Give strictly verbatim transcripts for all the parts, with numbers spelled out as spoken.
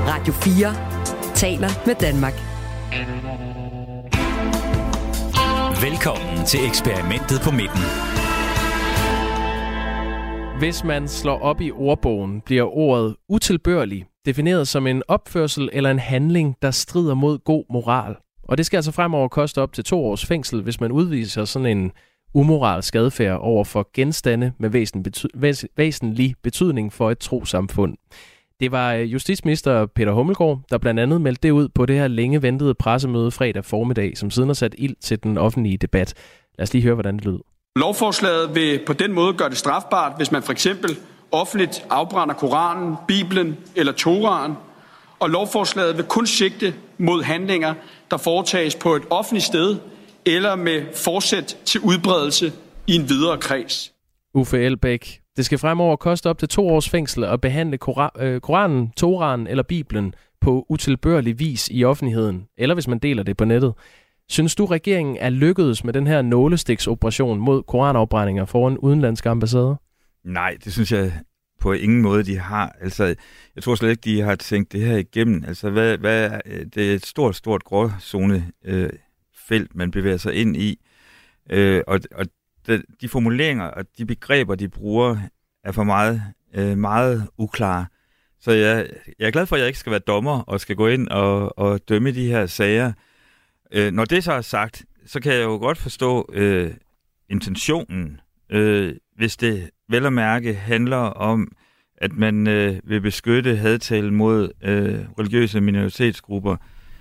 Radio fire taler med Danmark. Velkommen til eksperimentet på midten. Hvis man slår op i ordbogen, bliver ordet utilbørlig defineret som en opførsel eller en handling, der strider mod god moral. Og det skal altså fremover koste op til to års fængsel, hvis man udviser sådan en umoralsk adfærd over for genstande med væsentlig, bety- væs- væsentlig betydning for et trossamfund. Det var justitsminister Peter Hummelgaard, der blandt andet meldte det ud på det her længe ventede pressemøde fredag formiddag, som siden har sat ild til den offentlige debat. Lad os lige høre, hvordan det lød. Lovforslaget vil på den måde gøre det strafbart, hvis man for eksempel offentligt afbrænder Koranen, Bibelen eller Toraen, og lovforslaget vil kun sigte mod handlinger, der foretages på et offentligt sted eller med forsæt til udbredelse i en videre kreds. Uffe Elbæk, det skal fremover koste op til to års fængsel at behandle Koranen, Toraen eller Bibelen på utilbørlig vis i offentligheden, eller hvis man deler det på nettet. Synes du, regeringen er lykkedes med den her nålestiksoperation mod koranafbrændinger foran udenlandske ambassader? Nej, det synes jeg på ingen måde, de har. Altså, jeg tror slet ikke, de har tænkt det her igennem. Altså, hvad, hvad, det er et stort, stort gråzone øh, felt, man bevæger sig ind i. Øh, og og de, de formuleringer og de begreber, de bruger, er for meget, øh, meget uklare. Så jeg, jeg er glad for, at jeg ikke skal være dommer og skal gå ind og, og dømme de her sager. Øh, når det så er sagt, så kan jeg jo godt forstå øh, intentionen, øh, hvis det vel at mærke handler om, at man øh, vil beskytte hadtale mod øh, religiøse minoritetsgrupper,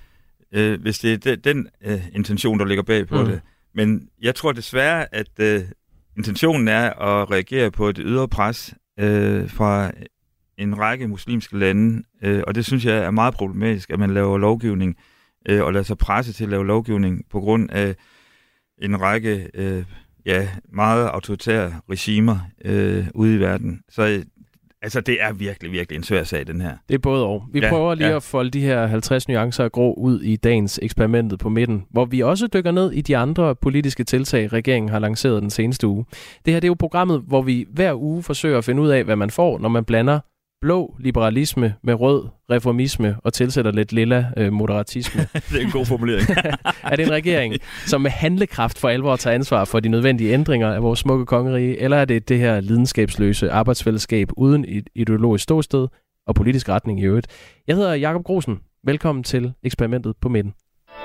øh, hvis det er de, den øh, intention, der ligger bag på mm. det. Men jeg tror desværre, at øh, intentionen er at reagere på et ydre pres øh, fra en række muslimske lande, øh, og det synes jeg er meget problematisk, at man laver lovgivning øh, og lader sig presse til at lave lovgivning på grund af en række øh, ja, meget autoritære regimer øh, ude i verden. Så altså, det er virkelig, virkelig en svær sag, den her. Det er både og. Vi ja, prøver lige ja. at folde de her halvtreds nuancer af grå ud i dagens eksperimentet på midten, hvor vi også dykker ned i de andre politiske tiltag, regeringen har lanceret den seneste uge. Det her det er jo programmet, hvor vi hver uge forsøger at finde ud af, hvad man får, når man blander blå liberalisme med rød reformisme og tilsætter lidt lilla øh, moderatisme. Det er en god formulering. Er det en regering, som med handlekraft for alvor tager ansvar for de nødvendige ændringer af vores smukke kongerige, eller er det det her lidenskabsløse arbejdsfællesskab uden et ideologisk ståsted og politisk retning i øvrigt? Jeg hedder Jakob Grosen. Velkommen til eksperimentet på midten.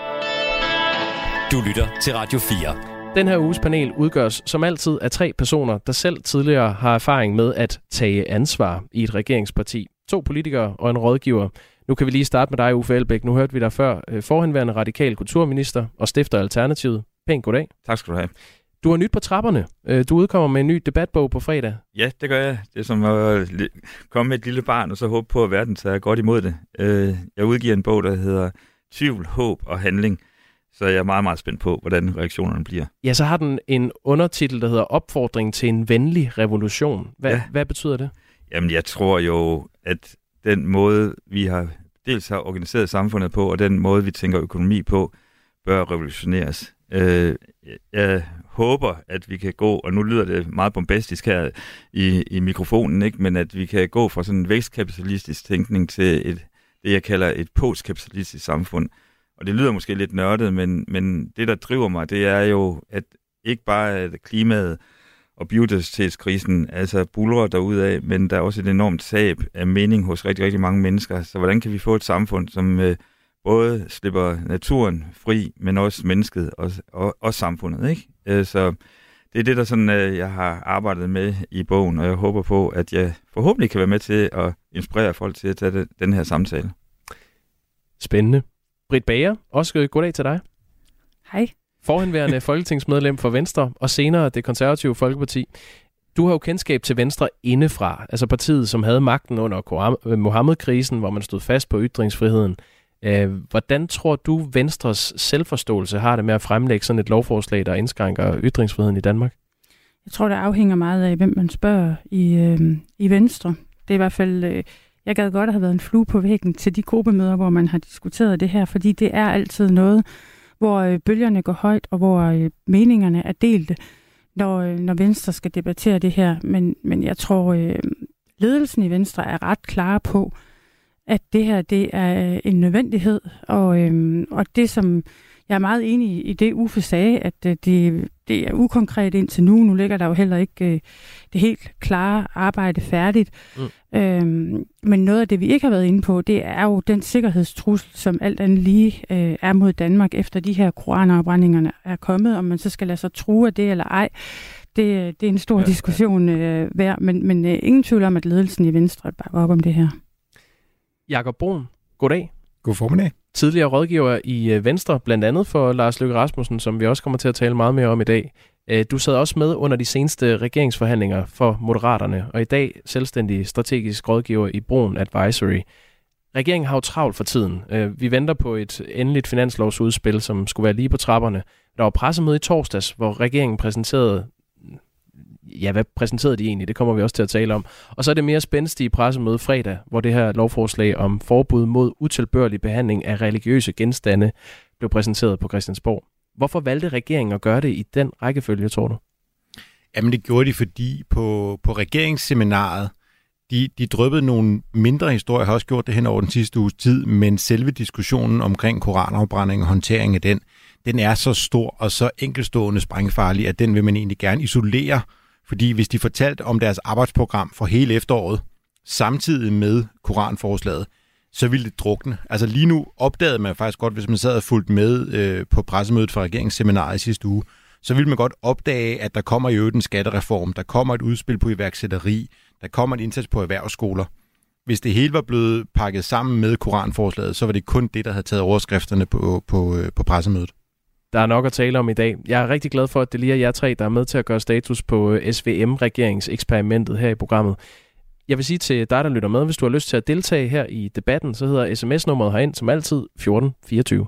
Du lytter til Radio fire. Den her uges panel udgøres som altid af tre personer, der selv tidligere har erfaring med at tage ansvar i et regeringsparti. To politikere og en rådgiver. Nu kan vi lige starte med dig, Uffe Elbæk. Nu hørte vi dig før. Forhenværende radikal kulturminister og stifter af Alternativet. Pænt goddag. Tak skal du have. Du er nyt på trapperne. Du udkommer med en ny debatbog på fredag. Ja, det gør jeg. Det er som at komme med et lille barn og så håbe på, at verden tager godt imod det. Jeg udgiver en bog, der hedder Tvivl, Håb og Handling. Så jeg er meget, meget spændt på, hvordan reaktionerne bliver. Ja, så har den en undertitel, der hedder Opfordring til en venlig revolution. Hvad, ja. hvad betyder det? Jamen, jeg tror jo, at den måde, vi har dels har organiseret samfundet på, og den måde, vi tænker økonomi på, bør revolutioneres. Øh, jeg håber, at vi kan gå, og nu lyder det meget bombastisk her i, i mikrofonen, ikke? Men at vi kan gå fra sådan en vækstkapitalistisk tænkning til et, det, jeg kalder et postkapitalistisk samfund. Og det lyder måske lidt nørdet, men, men det, der driver mig, det er jo, at ikke bare at klimaet og biodiversitetskrisen altså buldrer derudad, men der er også et enormt tab af mening hos rigtig, rigtig mange mennesker. Så hvordan kan vi få et samfund, som øh, både slipper naturen fri, men også mennesket og, og, og samfundet, ikke? Øh, så det er det, der sådan, øh, jeg har arbejdet med i bogen, og jeg håber på, at jeg forhåbentlig kan være med til at inspirere folk til at tage det, den her samtale. Spændende. Britt Bager, også goddag til dig. Hej. Forhenværende folketingsmedlem for Venstre, og senere Det Konservative Folkeparti. Du har jo kendskab til Venstre indefra, altså partiet, som havde magten under Mohammed-krisen, hvor man stod fast på ytringsfriheden. Hvordan tror du, Venstres selvforståelse har det med at fremlægge sådan et lovforslag, der indskrænker ytringsfriheden i Danmark? Jeg tror, det afhænger meget af, hvem man spørger i, øh, i Venstre. Det er i hvert fald... Øh, Jeg gad godt at have været en flue på væggen til de gruppemøder, hvor man har diskuteret det her, fordi det er altid noget, hvor øh, bølgerne går højt, og hvor øh, meningerne er delte, når, øh, når Venstre skal debattere det her. Men, men jeg tror, øh, ledelsen i Venstre er ret klar på, at det her det er en nødvendighed, og, øhm, og det som jeg er meget enig i det, Uffe sagde, at øh, det, det er ukonkret indtil nu. Nu ligger der jo heller ikke øh, det helt klare arbejde færdigt. Mm. Øhm, men noget af det, vi ikke har været inde på, det er jo den sikkerhedstrussel, som alt andet lige øh, er mod Danmark, efter de her koranafbrændingerne er kommet, om man så skal lade sig true af det eller ej. Det, det er en stor ja, diskussion øh, værd, men, men øh, ingen tvivl om, at ledelsen i Venstre bakker op om det her. Jakob Brun, goddag. God formiddag. Tidligere rådgiver i Venstre, blandt andet for Lars Løkke Rasmussen, som vi også kommer til at tale meget mere om i dag. Du sad også med under de seneste regeringsforhandlinger for Moderaterne, og i dag selvstændig strategisk rådgiver i Brun Advisory. Regeringen har jo travlt for tiden. Vi venter på et endeligt finanslovsudspil, som skulle være lige på trapperne. Der var pressemøde i torsdags, hvor regeringen præsenterede Ja, hvad præsenterede de egentlig? Det kommer vi også til at tale om. Og så er det mere spændstige pressemøde fredag, hvor det her lovforslag om forbud mod utilbørlig behandling af religiøse genstande blev præsenteret på Christiansborg. Hvorfor valgte regeringen at gøre det i den rækkefølge, tror du? Jamen det gjorde de, fordi på, på regeringsseminaret, de, de drøbbede nogle mindre historier, har også gjort det hen over den sidste uges tid, men selve diskussionen omkring koranafbrænding og håndtering af den, den er så stor og så enkeltstående sprængfarlig, at den vil man egentlig gerne isolere. Fordi hvis de fortalte om deres arbejdsprogram for hele efteråret, samtidig med koranforslaget, så ville det drukne. Altså lige nu opdagede man faktisk godt, hvis man sad og fulgte med øh, på pressemødet for regeringsseminaret i sidste uge, så ville man godt opdage, at der kommer jo en skattereform, der kommer et udspil på iværksætteri, der kommer en indsats på erhvervsskoler. Hvis det hele var blevet pakket sammen med koranforslaget, så var det kun det, der havde taget overskrifterne på, på, på pressemødet. Der er nok at tale om i dag. Jeg er rigtig glad for, at det lige er jer tre, der er med til at gøre status på S V M-regeringseksperimentet her i programmet. Jeg vil sige til dig, der lytter med, hvis du har lyst til at deltage her i debatten, så hedder sms-nummeret herind som altid fjorten fireogtyve.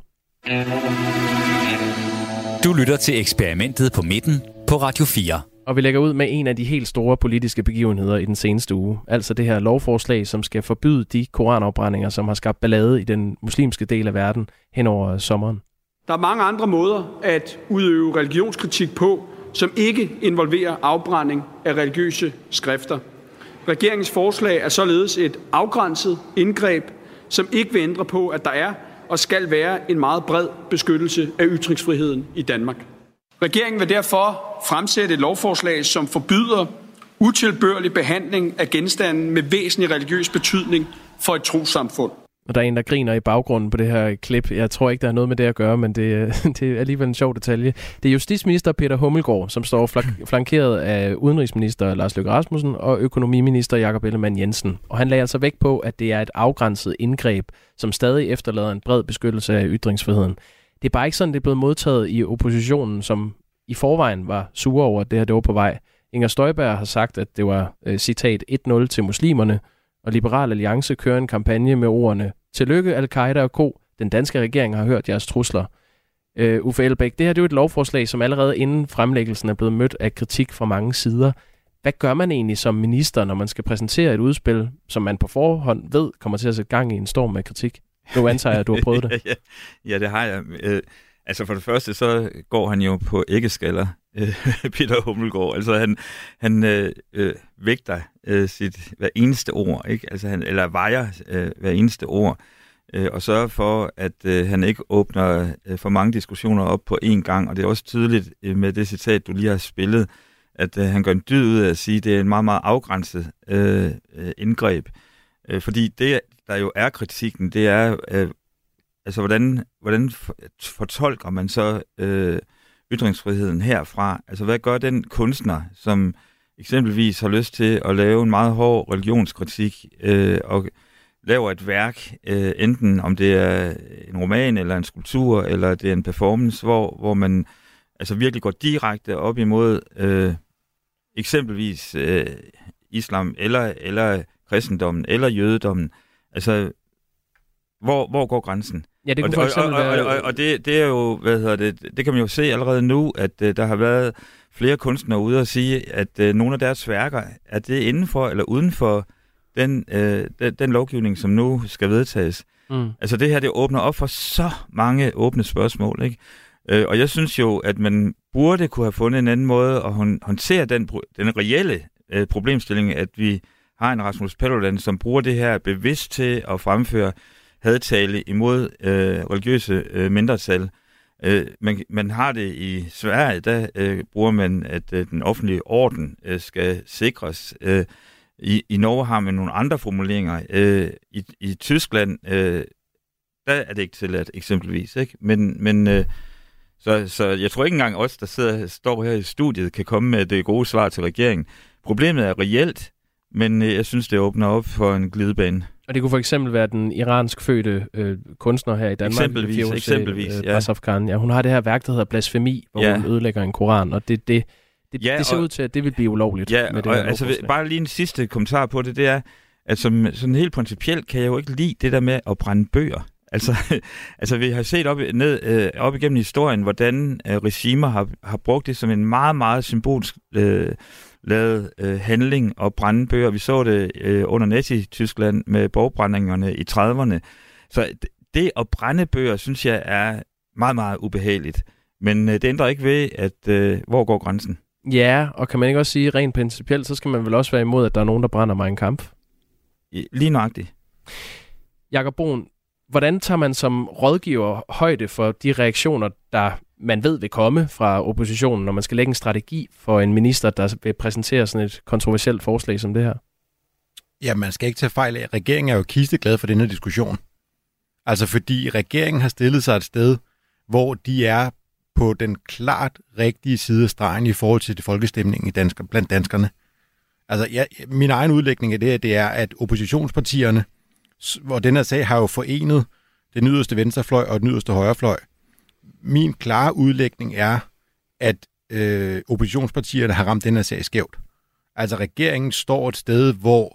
Du lytter til eksperimentet på midten på Radio fire. Og vi lægger ud med en af de helt store politiske begivenheder i den seneste uge. Altså det her lovforslag, som skal forbyde de koranafbrændinger, som har skabt ballade i den muslimske del af verden hen over sommeren. Der er mange andre måder at udøve religionskritik på, som ikke involverer afbrænding af religiøse skrifter. Regeringens forslag er således et afgrænset indgreb, som ikke vil ændre på, at der er og skal være en meget bred beskyttelse af ytringsfriheden i Danmark. Regeringen vil derfor fremsætte et lovforslag, som forbyder utilbørlig behandling af genstande med væsentlig religiøs betydning for et trossamfund. Og der er en, der griner i baggrunden på det her klip. Jeg tror ikke, der er noget med det at gøre, men det, det er alligevel en sjov detalje. Det er justitsminister Peter Hummelgaard, som står flankeret af udenrigsminister Lars Løkke Rasmussen og økonomiminister Jakob Ellemann-Jensen. Og han lagde altså vægt på, at det er et afgrænset indgreb, som stadig efterlader en bred beskyttelse af ytringsfriheden. Det er bare ikke sådan, det er blevet modtaget i oppositionen, som i forvejen var sure over, at det her det var på vej. Inger Støjberg har sagt, at det var, øh, citat, et nul til muslimerne, og Liberal Alliance kører en kampagne med ordene "Tillykke, Al-Qaida og Co. Den danske regering har hørt jeres trusler." Uh, Uffe Elbæk, det her det er jo et lovforslag, som allerede inden fremlæggelsen er blevet mødt af kritik fra mange sider. Hvad gør man egentlig som minister, når man skal præsentere et udspil, som man på forhånd ved kommer til at sætte gang i en storm af kritik? Nu antager jeg, at du har prøvet det. ja, ja, det har jeg. Øh, altså for det første, så går han jo på æggeskaller, øh, Peter Hummelgaard. Altså han, han øh, øh, vægter øh, sit hver eneste ord, ikke? Altså han, eller vejer øh, hver eneste ord, øh, og sørger for, at øh, han ikke åbner øh, for mange diskussioner op på én gang. Og det er også tydeligt øh, med det citat, du lige har spillet, at øh, han gør en dyd ud af at sige, at det er en meget, meget afgrænset øh, øh, indgreb. Øh, fordi det, der jo er kritikken, det er, øh, altså hvordan, hvordan fortolker man så øh, ytringsfriheden herfra? Altså hvad gør den kunstner, som eksempelvis har lyst til at lave en meget hård religionskritik øh, og laver et værk, øh, enten om det er en roman eller en skulptur, eller det er en performance, hvor, hvor man altså virkelig går direkte op imod øh, eksempelvis øh, islam, eller, eller kristendommen, eller jødedommen. Altså, hvor, hvor går grænsen? Ja, det kunne og, for eksempel og, og, være... og, og, og det, det er jo, hvad hedder det, det kan man jo se allerede nu, at uh, der har været flere kunstnere ude og sige, at uh, nogle af deres værker, er det inden for eller uden for den, uh, den, den lovgivning, som nu skal vedtages. Mm. Altså det her, det åbner op for så mange åbne spørgsmål, ikke? Uh, og jeg synes jo, at man burde kunne have fundet en anden måde at håndtere den, den reelle uh, problemstilling, at vi har en Rasmus Paludan, som bruger det her bevidst til at fremføre hadtale imod øh, religiøse øh, mindretal. Øh, man, man har det i Sverige, der øh, bruger man, at øh, den offentlige orden øh, skal sikres. Øh, i, I Norge har man nogle andre formuleringer. Øh, i, I Tyskland, øh, der er det ikke tilladt, eksempelvis. Ikke? Men, men øh, så, så jeg tror ikke engang os, der sidder, står her i studiet, kan komme med det gode svar til regeringen. Problemet er reelt, men øh, jeg synes, det åbner op for en glidebane. Og det kunne for eksempel være den iransk fødte øh, kunstner her i Danmark. Eksempelvis, Firouzeh, eksempelvis, øh, ja. Ashraf Khan. Ja, hun har det her værk, der hedder blasfemi, hvor ja. hun ødelægger en koran, og det, det, det, ja, det ser og, ud til, at det vil blive ulovligt. Ja, med det og her altså, bare lige en sidste kommentar på det, det er, at som sådan helt principielt kan jeg jo ikke lide det der med at brænde bøger. Altså, altså vi har set op, ned, øh, op igennem historien, hvordan øh, regimer har, har brugt det som en meget, meget symbolsk øh, lavet øh, handling og brænde bøger. Vi så det øh, under Nazi-Tyskland med borgbrændingerne i trediverne. Så det at brænde bøger, synes jeg, er meget, meget ubehageligt. Men øh, det ændrer ikke ved, at øh, hvor går grænsen? Ja, og kan man ikke også sige, rent principielt, så skal man vel også være imod, at der er nogen, der brænder Mein Kampf? Lige nøjagtigt. Jakob Bruun, hvordan tager man som rådgiver højde for de reaktioner, der man ved vil komme fra oppositionen, når man skal lægge en strategi for en minister, der vil præsentere sådan et kontroversielt forslag som det her? Ja, man skal ikke tage fejl af. Regeringen er jo kisteglad for denne diskussion. Altså fordi regeringen har stillet sig et sted, hvor de er på den klart rigtige side af stregen i forhold til det folkestemningen i dansker, blandt danskerne. Altså ja, min egen udlægning af det, det er, at oppositionspartierne, hvor den her sag har jo forenet den yderste venstrefløj og den yderste højrefløj. Min klare udlægning er, at øh, oppositionspartierne har ramt den her sag skævt. Altså regeringen står et sted, hvor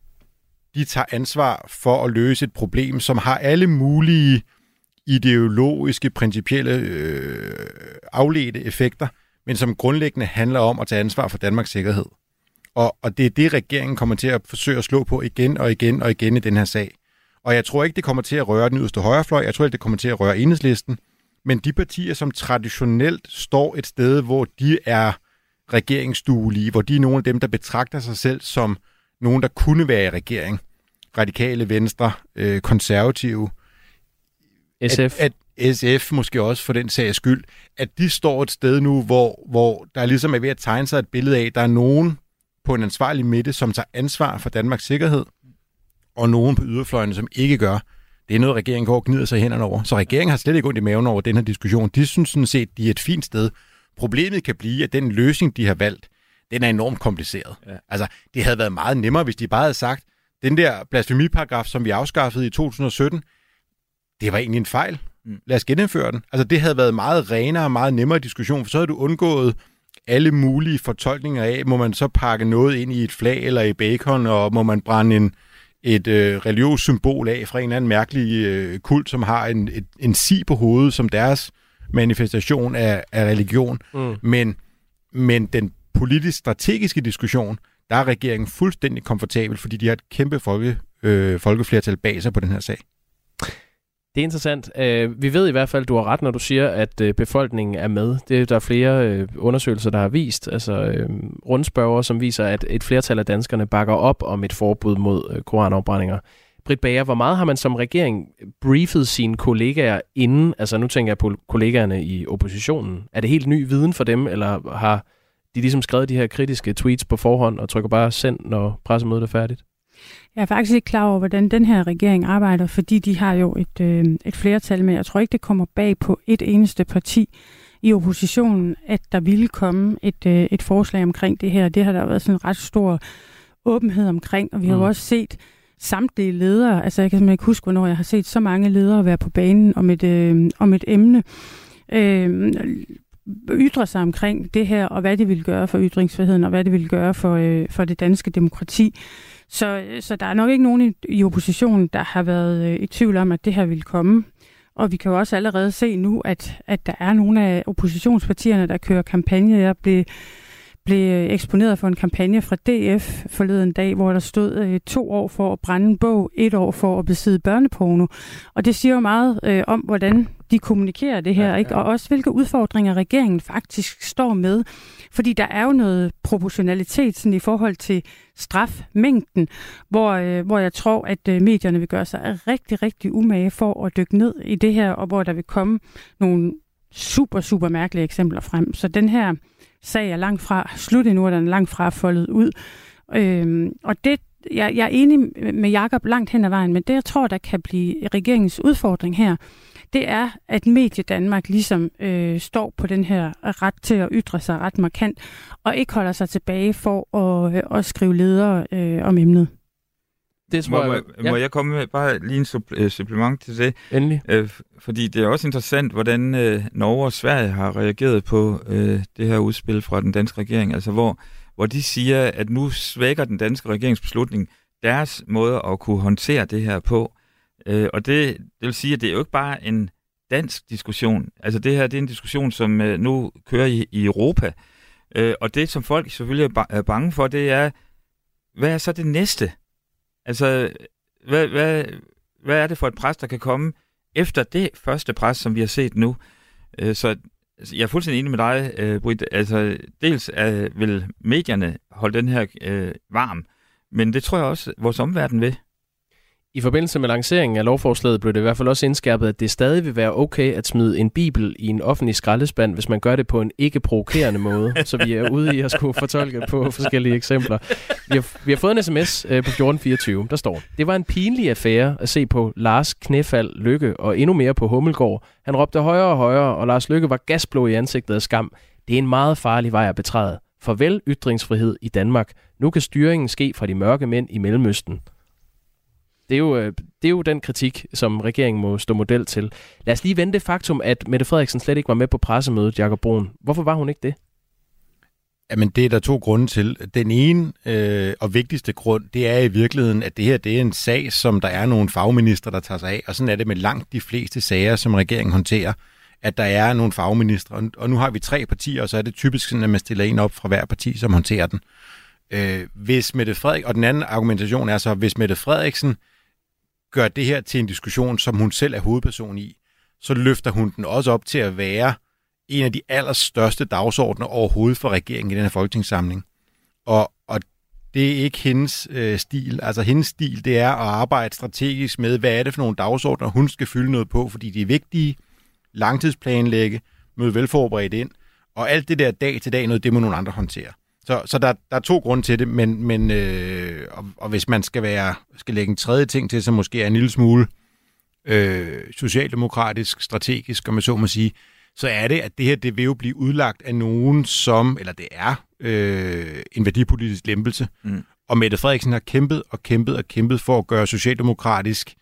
de tager ansvar for at løse et problem, som har alle mulige ideologiske, principielle øh, afledte effekter, men som grundlæggende handler om at tage ansvar for Danmarks sikkerhed. Og, og det er det, regeringen kommer til at forsøge at slå på igen og igen og igen i den her sag. Og jeg tror ikke, det kommer til at røre den yderste højrefløj. Jeg tror ikke, det kommer til at røre Enhedslisten. Men de partier, som traditionelt står et sted, hvor de er regeringsduelige, hvor de er nogle af dem, der betragter sig selv som nogen, der kunne være i regering. Radikale, Venstre, øh, konservative. S F. At, at S F måske også for den sags skyld. At de står et sted nu, hvor, hvor der ligesom er ved at tegne sig et billede af, at der er nogen på en ansvarlig midte, som tager ansvar for Danmarks sikkerhed, og nogen på yderfløjene, som ikke gør. Det er noget, regeringen går og gnider sig i hænderne over. Så regeringen har slet ikke ondt i maven over den her diskussion. De synes sådan set, de er et fint sted. Problemet kan blive, at den løsning, de har valgt, den er enormt kompliceret. Ja. Altså, det havde været meget nemmere, hvis de bare havde sagt, den der blasfemiparagraf, som vi afskaffede i to tusind og sytten, det var egentlig en fejl. Mm. Lad os genindføre den. Altså, det havde været meget renere og meget nemmere diskussion, for så havde du undgået alle mulige fortolkninger af, må man så pakke noget ind i et flag eller i bacon, og må man brænde en et øh, religiøst symbol af fra en eller anden mærkelig øh, kult, som har en, et, en si på hovedet som deres manifestation af, af religion. Mm. Men, men den politisk-strategiske diskussion, der er regeringen fuldstændig komfortabel, fordi de har et kæmpe folke, øh, folkeflertal bag sig på den her sag. Det er interessant. Uh, vi ved i hvert fald, du har ret, når du siger, at uh, befolkningen er med. Det er der er flere uh, undersøgelser, der har vist, altså uh, rundspørger, som viser, at et flertal af danskerne bakker op om et forbud mod uh, koranafbrændinger. Britt Bager, hvor meget har man som regering briefet sine kollegaer inden? Altså nu tænker jeg på kollegaerne i oppositionen. Er det helt ny viden for dem, eller har de ligesom skrevet de her kritiske tweets på forhånd og trykker bare send, når pressemødet er færdigt? Jeg er faktisk ikke klar over, hvordan den her regering arbejder, fordi de har jo et, øh, et flertal med. Jeg tror ikke, det kommer bag på et eneste parti i oppositionen, at der ville komme et, øh, et forslag omkring det her. Det har der været sådan en ret stor åbenhed omkring, og vi har mm. jo også set samtlige ledere, altså jeg kan simpelthen ikke huske, hvornår jeg har set så mange ledere være på banen om et, øh, om et emne, øh, ytre sig omkring det her, og hvad det vil gøre for ytringsfriheden, og hvad det vil gøre for, øh, for det danske demokrati. Så, så der er nok ikke nogen i, i oppositionen, der har været øh, i tvivl om, at det her vil komme. Og vi kan jo også allerede se nu, at, at der er nogle af oppositionspartierne, der kører kampagne. Jeg blev, blev eksponeret for en kampagne fra D F forleden dag, hvor der stod øh, to år for at brænde en bog, et år for at besidde børneporno. Og det siger jo meget øh, om, hvordan de kommunikerer det her, ja, ja. ikke? Og også hvilke udfordringer regeringen faktisk står med. Fordi der er jo noget proportionalitet sådan i forhold til strafmængden, hvor, øh, hvor jeg tror, at øh, medierne vil gøre sig rigtig, rigtig umage for at dykke ned i det her, og hvor der vil komme nogle super, super mærkelige eksempler frem. Så den her sag er langt fra slut endnu, og den er langt fra foldet ud. Øhm, og det, jeg, jeg er enig med Jakob langt hen ad vejen, men det, jeg tror, der kan blive regeringens udfordring her, det er, at Medie Danmark ligesom øh, står på den her ret til at ytre sig ret markant, og ikke holder sig tilbage for at, øh, at skrive ledere øh, om emnet. Det tror må, jeg, ja. Må jeg komme med bare lige en supp- supplement til det? Endelig. Øh, fordi det er også interessant, hvordan øh, Norge og Sverige har reageret på øh, det her udspil fra den danske regering. Altså hvor, hvor de siger, at nu svækker den danske regeringsbeslutning deres måde at kunne håndtere det her på. Øh, og det, det vil sige, at det er jo ikke bare en dansk diskussion. Altså det her, det er en diskussion, som øh, nu kører i, i Europa. Øh, og det, som folk selvfølgelig er, ba- er bange for, det er, hvad er så det næste? Altså, hvad, hvad, hvad er det for et pres, der kan komme efter det første pres, som vi har set nu? Øh, så jeg er fuldstændig enig med dig, øh, Britt. Altså, dels er, vil medierne holde den her øh, varm, men det tror jeg også, vores omverden vil. I forbindelse med lanceringen af lovforslaget blev det i hvert fald også indskærpet, at det stadig vil være okay at smide en bibel i en offentlig skraldespand, hvis man gør det på en ikke-provokerende måde. Så vi er ude i at skulle fortolke på forskellige eksempler. Vi har, vi har fået en sms på fjorten fireogtyve. Der står: det var en pinlig affære at se på Lars Knæfald Lykke og endnu mere på Hummelgaard. Han råbte højere og højere, og Lars Lykke var gasblå i ansigtet af skam. Det er en meget farlig vej at betræde. Farvel ytringsfrihed i Danmark. Nu kan styringen ske fra de mørke mænd i Mellemøsten. Det er, jo, det er jo den kritik, som regeringen må stå model til. Lad os lige vende det faktum, at Mette Frederiksen slet ikke var med på pressemødet, Jakob Brun. Hvorfor var hun ikke det? Jamen, det er der to grunde til. Den ene øh, og vigtigste grund, det er i virkeligheden, at det her det er en sag, som der er nogle fagminister, der tager sig af. Og sådan er det med langt de fleste sager, som regeringen håndterer, at der er nogle fagministre. Og nu har vi tre partier, og så er det typisk sådan, at man stiller en op fra hver parti, som håndterer den. Øh, hvis Mette Frederiksen, og den anden argumentation er så, hvis Mette Frederiksen gør det her til en diskussion, som hun selv er hovedperson i, så løfter hun den også op til at være en af de allerstørste dagsordner overhovedet for regeringen i den her folketingssamling. Og, og det er ikke hendes øh, stil. Altså hendes stil, det er at arbejde strategisk med, hvad er det for nogle dagsordner, hun skal fylde noget på, fordi de er vigtige, langtidsplanlægge, møde velforberedt ind, og alt det der dag til dag noget, det må nogle andre håndtere. Så, så der, der er to grunde til det, men, men øh, og, og hvis man skal være skal lægge en tredje ting til, som måske er en lille smule øh, socialdemokratisk, strategisk, om man så må sige, så er det, at det her det vil jo blive udlagt af nogen som, eller det er øh, en værdipolitisk lempelse. Mm. Og Mette Frederiksen har kæmpet og kæmpet og kæmpet for at gøre socialdemokratisk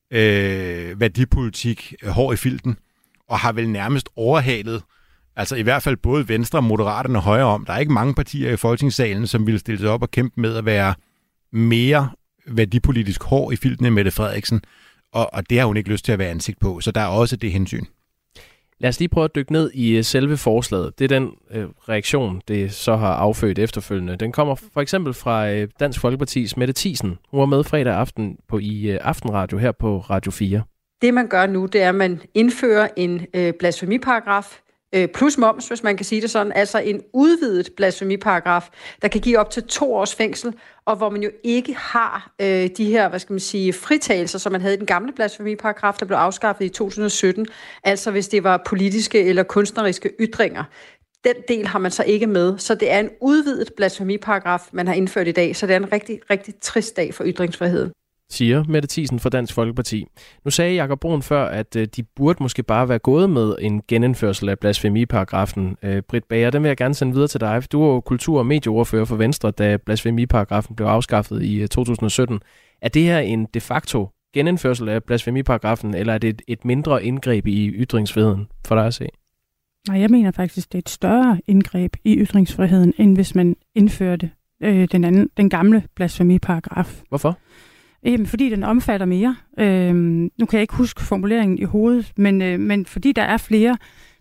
øh, værdipolitik hård i filten, og har vel nærmest overhalet, altså i hvert fald både Venstre og Moderaterne højre om. Der er ikke mange partier i Folketingssalen, som ville stille sig op og kæmpe med at være mere værdipolitisk hård i filten end Mette Frederiksen. Og, og det har hun ikke lyst til at være ansigt på, så der er også det hensyn. Lad os lige prøve at dykke ned i selve forslaget. Det er den øh, reaktion, det så har affødt efterfølgende. Den kommer for eksempel fra øh, Dansk Folkepartis Mette Thiesen. Hun var med fredag aften på i øh, Aftenradio her på Radio fire. Det man gør nu, det er, at man indfører en øh, blasfemiparagraf, plus moms, hvis man kan sige det sådan, altså en udvidet blasfemiparagraf, der kan give op til to års fængsel, og hvor man jo ikke har øh, de her, hvad skal man sige, fritagelser, som man havde i den gamle blasfemiparagraf, der blev afskaffet i to tusind og sytten, altså hvis det var politiske eller kunstneriske ytringer. Den del har man så ikke med, så det er en udvidet blasfemiparagraf, man har indført i dag, så det er en rigtig, rigtig trist dag for ytringsfriheden, siger Mette Thiesen fra Dansk Folkeparti. Nu sagde Jakob Brun før, at de burde måske bare være gået med en genindførsel af blasfemiparagrafen. Britt Bager, den vil jeg gerne sende videre til dig. Du er jo kultur- og medieordfører for Venstre, da blasfemiparagrafen blev afskaffet i to tusind og sytten. Er det her en de facto genindførsel af blasfemiparagrafen, eller er det et mindre indgreb i ytringsfriheden for dig at se? Nej, jeg mener faktisk, det er et større indgreb i ytringsfriheden, end hvis man indførte øh, den, anden, den gamle blasfemiparagraf. Hvorfor? Jamen, fordi den omfatter mere. Øhm, nu kan jeg ikke huske formuleringen i hovedet, men, øh, men fordi der er flere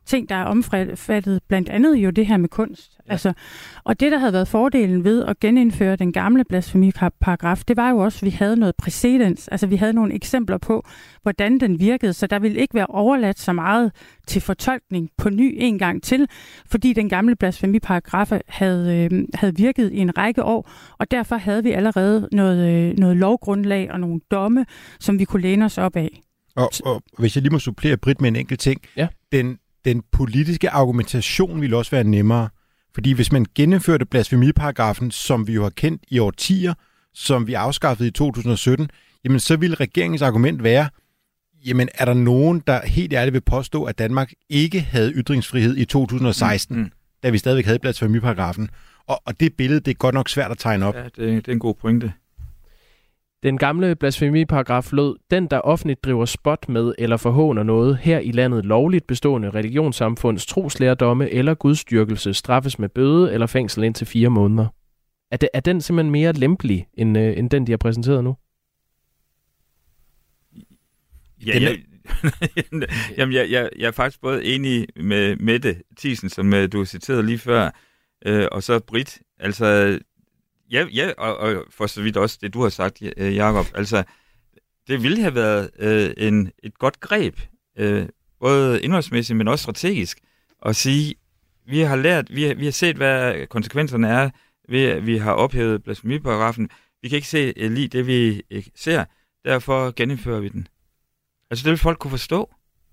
ting, der er omfattet, blandt andet jo det her med kunst. Ja. Altså, og det, der havde været fordelen ved at genindføre den gamle blasfemiparagraf, det var jo også, at vi havde noget præcedens. Altså, vi havde nogle eksempler på, hvordan den virkede, så der ville ikke være overladt så meget til fortolkning på ny en gang til, fordi den gamle blasfemiparagraf havde, øh, havde virket i en række år, og derfor havde vi allerede noget, øh, noget lovgrundlag og nogle domme, som vi kunne læne os op af. Og, og hvis jeg lige må supplere Britt med en enkelt ting, ja. den, den politiske argumentation ville også være nemmere. Fordi hvis man genindførte blasfemiparagrafen, som vi jo har kendt i årtier, som vi afskaffede i to tusind og sytten, jamen så ville regeringens argument være, jamen er der nogen, der helt ærligt vil påstå, at Danmark ikke havde ytringsfrihed i to tusind og seksten, mm. da vi stadigvæk havde blasfemiparagrafen. Og, og det billede, det er godt nok svært at tegne op. Ja, det, det er en god pointe. Den gamle blasfemiparagraf lød, den der offentligt driver spot med eller forhåner noget her i landet lovligt bestående religionssamfunds troslærdomme eller gudstyrkelse straffes med bøde eller fængsel indtil fire måneder. Er, det, er den simpelthen mere lempelig end, øh, end den, de har præsenteret nu? Ja, jeg, jamen, jeg, jeg, jeg er faktisk både enig med Mette Thiesen, som uh, du citerede lige før, øh, og så Britt. Altså, ja, ja og, og for så vidt også det, du har sagt, Jacob. Altså, det ville have været øh, en, et godt greb, øh, både indholdsmæssigt, men også strategisk, at sige, vi har lært, vi har, vi har set, hvad konsekvenserne er, ved at vi har ophævet blasfemiparagrafen. Vi kan ikke se uh, lige det, vi uh, ser, derfor genindfører vi den. Altså, det vil folk kunne forstå.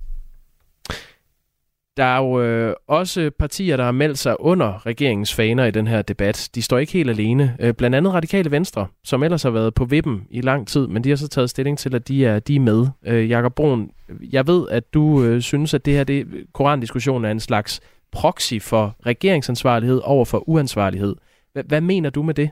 Der er jo øh, også partier, der har meldt sig under regeringens faner i den her debat. De står ikke helt alene. Øh, blandt andet Radikale Venstre, som ellers har været på vippen i lang tid, men de har så taget stilling til, at de er, de er med. Øh, Jakob Bruun, jeg ved, at du øh, synes, at det her det, korandiskussion er en slags proxy for regeringsansvarlighed over for uansvarlighed. H- hvad mener du med det?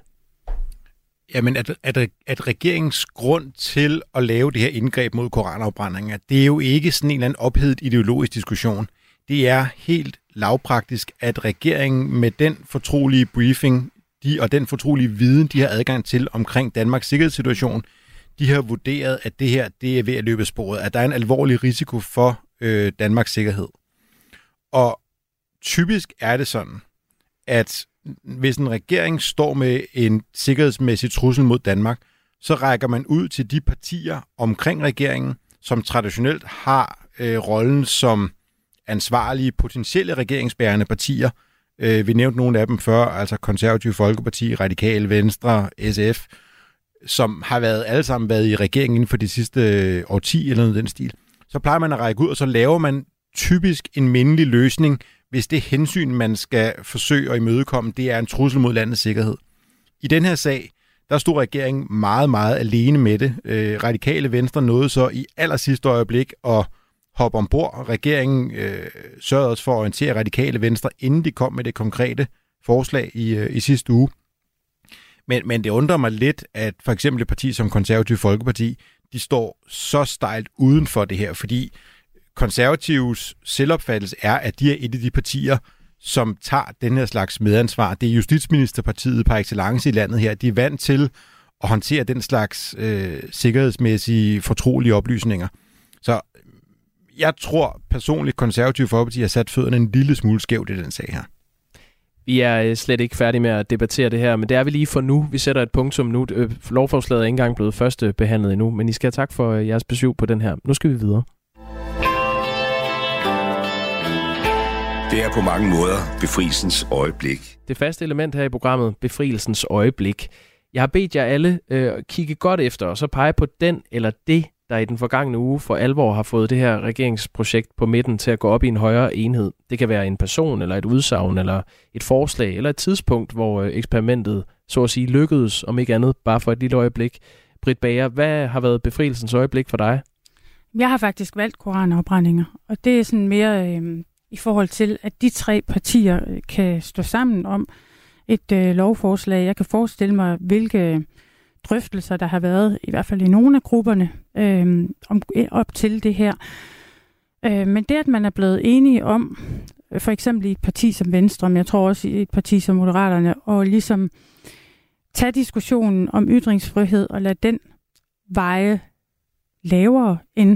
Jamen, at, at, at regeringens grund til at lave det her indgreb mod koranafbrændinger, det er jo ikke sådan en eller anden ophedet ideologisk diskussion. Det er helt lavpraktisk, at regeringen med den fortrolige briefing de, og den fortrolige viden, de har adgang til omkring Danmarks sikkerhedssituation, de har vurderet, at det her det er ved at løbe sporet, at der er en alvorlig risiko for øh, Danmarks sikkerhed. Og typisk er det sådan, at hvis en regering står med en sikkerhedsmæssig trussel mod Danmark, så rækker man ud til de partier omkring regeringen, som traditionelt har øh, rollen som ansvarlige, potentielle regeringsbærende partier. Øh, vi nævnte nogle af dem før, altså Konservative Folkeparti, Radikale Venstre, S F, som har været alle sammen været i regeringen inden for de sidste øh, årti eller noget den stil. Så plejer man at række ud, og så laver man typisk en mindelig løsning, hvis det hensyn, man skal forsøge at imødekomme, det er en trussel mod landets sikkerhed. I den her sag, der stod regeringen meget, meget alene med det. Øh, Radikale Venstre nåede så i aller sidste øjeblik at hoppe ombord. Regeringen øh, sørgede også for at orientere Radikale Venstre, inden de kom med det konkrete forslag i, øh, i sidste uge. Men, men det undrer mig lidt, at for eksempel et parti som Konservative Folkeparti, de står så stejlt uden for det her, fordi Konservatives selvopfattelse er, at de er et af de partier, som tager den her slags medansvar. Det er Justitsministerpartiet par excellence i landet her. De er vant til at håndtere den slags øh, sikkerhedsmæssige fortrolige oplysninger. Så jeg tror personligt, Konservative Folkeparti har sat fødderne en lille smule skævt i den sag her. Vi er slet ikke færdige med at debattere det her, men det er vi lige for nu. Vi sætter et punktum nu. Lovforslaget er ikke engang blevet første behandlet endnu, men I skal have tak for jeres besøg på den her. Nu skal vi videre. Det er på mange måder befrielsens øjeblik. Det faste element her i programmet, befrielsens øjeblik. Jeg har bedt jer alle øh, kigge godt efter, og så pege på den eller det, der i den forgangne uge for alvor har fået det her regeringsprojekt på midten til at gå op i en højere enhed. Det kan være en person, eller et udsagn, eller et forslag, eller et tidspunkt, hvor eksperimentet så at sige lykkedes, om ikke andet, bare for et lille øjeblik. Britt Bager, hvad har været befrielsens øjeblik for dig? Jeg har faktisk valgt koranafbrændinger, og det er sådan mere øh, i forhold til, at de tre partier kan stå sammen om et øh, lovforslag. Jeg kan forestille mig, hvilke drøftelser, der har været, i hvert fald i nogle af grupperne, øh, om, op til det her. Øh, men det, at man er blevet enige om, for eksempel i et parti som Venstre, men jeg tror også i et parti som Moderaterne, og ligesom tage diskussionen om ytringsfrihed og lade den veje lavere end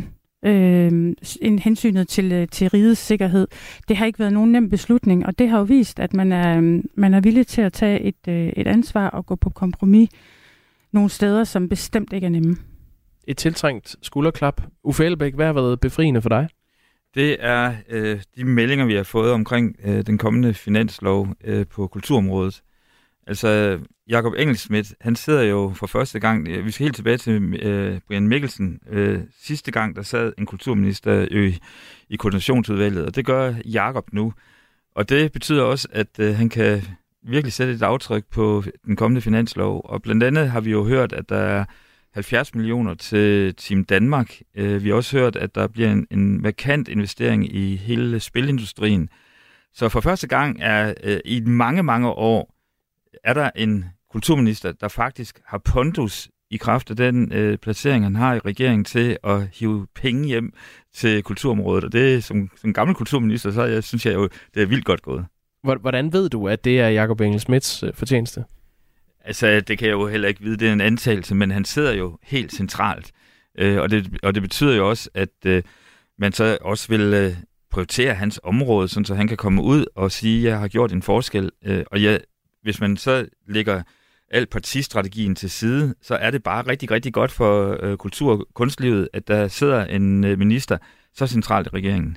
øh, en hensynet til, til rigets sikkerhed. Det har ikke været nogen nem beslutning, og det har jo vist, at man er, man er villig til at tage et, et ansvar og gå på kompromis nogle steder, som bestemt ikke er nemme. Et tiltrængt skulderklap. Uffe Elbæk, hvad har været befriende for dig? Det er øh, de meldinger, vi har fået omkring øh, den kommende finanslov øh, på kulturområdet. Altså, Jakob Engel-Schmidt, han sidder jo for første gang, vi skal helt tilbage til øh, Brian Mikkelsen, øh, sidste gang, der sad en kulturminister øh, i koordinationsudvalget, og det gør Jakob nu. Og det betyder også, at øh, han kan virkelig sætte et aftryk på den kommende finanslov. Og blandt andet har vi jo hørt, at der er halvfjerds millioner til Team Danmark. Vi har også hørt, at der bliver en, en markant investering i hele spilindustrien. Så for første gang er øh, i mange, mange år, er der en kulturminister, der faktisk har pondus i kraft af den øh, placering, han har i regeringen til at hive penge hjem til kulturområdet. Og det som, som gammel kulturminister, så jeg, synes jeg jo, det er vildt godt gået. Hvordan ved du, at det er Jakob Engel-Schmidts øh, fortjeneste? Altså, det kan jeg jo heller ikke vide, det er en antagelse, men han sidder jo helt centralt. Øh, og, det, og det betyder jo også, at øh, man så også vil øh, prioritere hans område, sådan, så han kan komme ud og sige, at jeg har gjort en forskel. Øh, og jeg, hvis man så lægger al partistrategien til side, så er det bare rigtig, rigtig godt for øh, kultur- og kunstlivet, at der sidder en øh, minister så centralt i regeringen.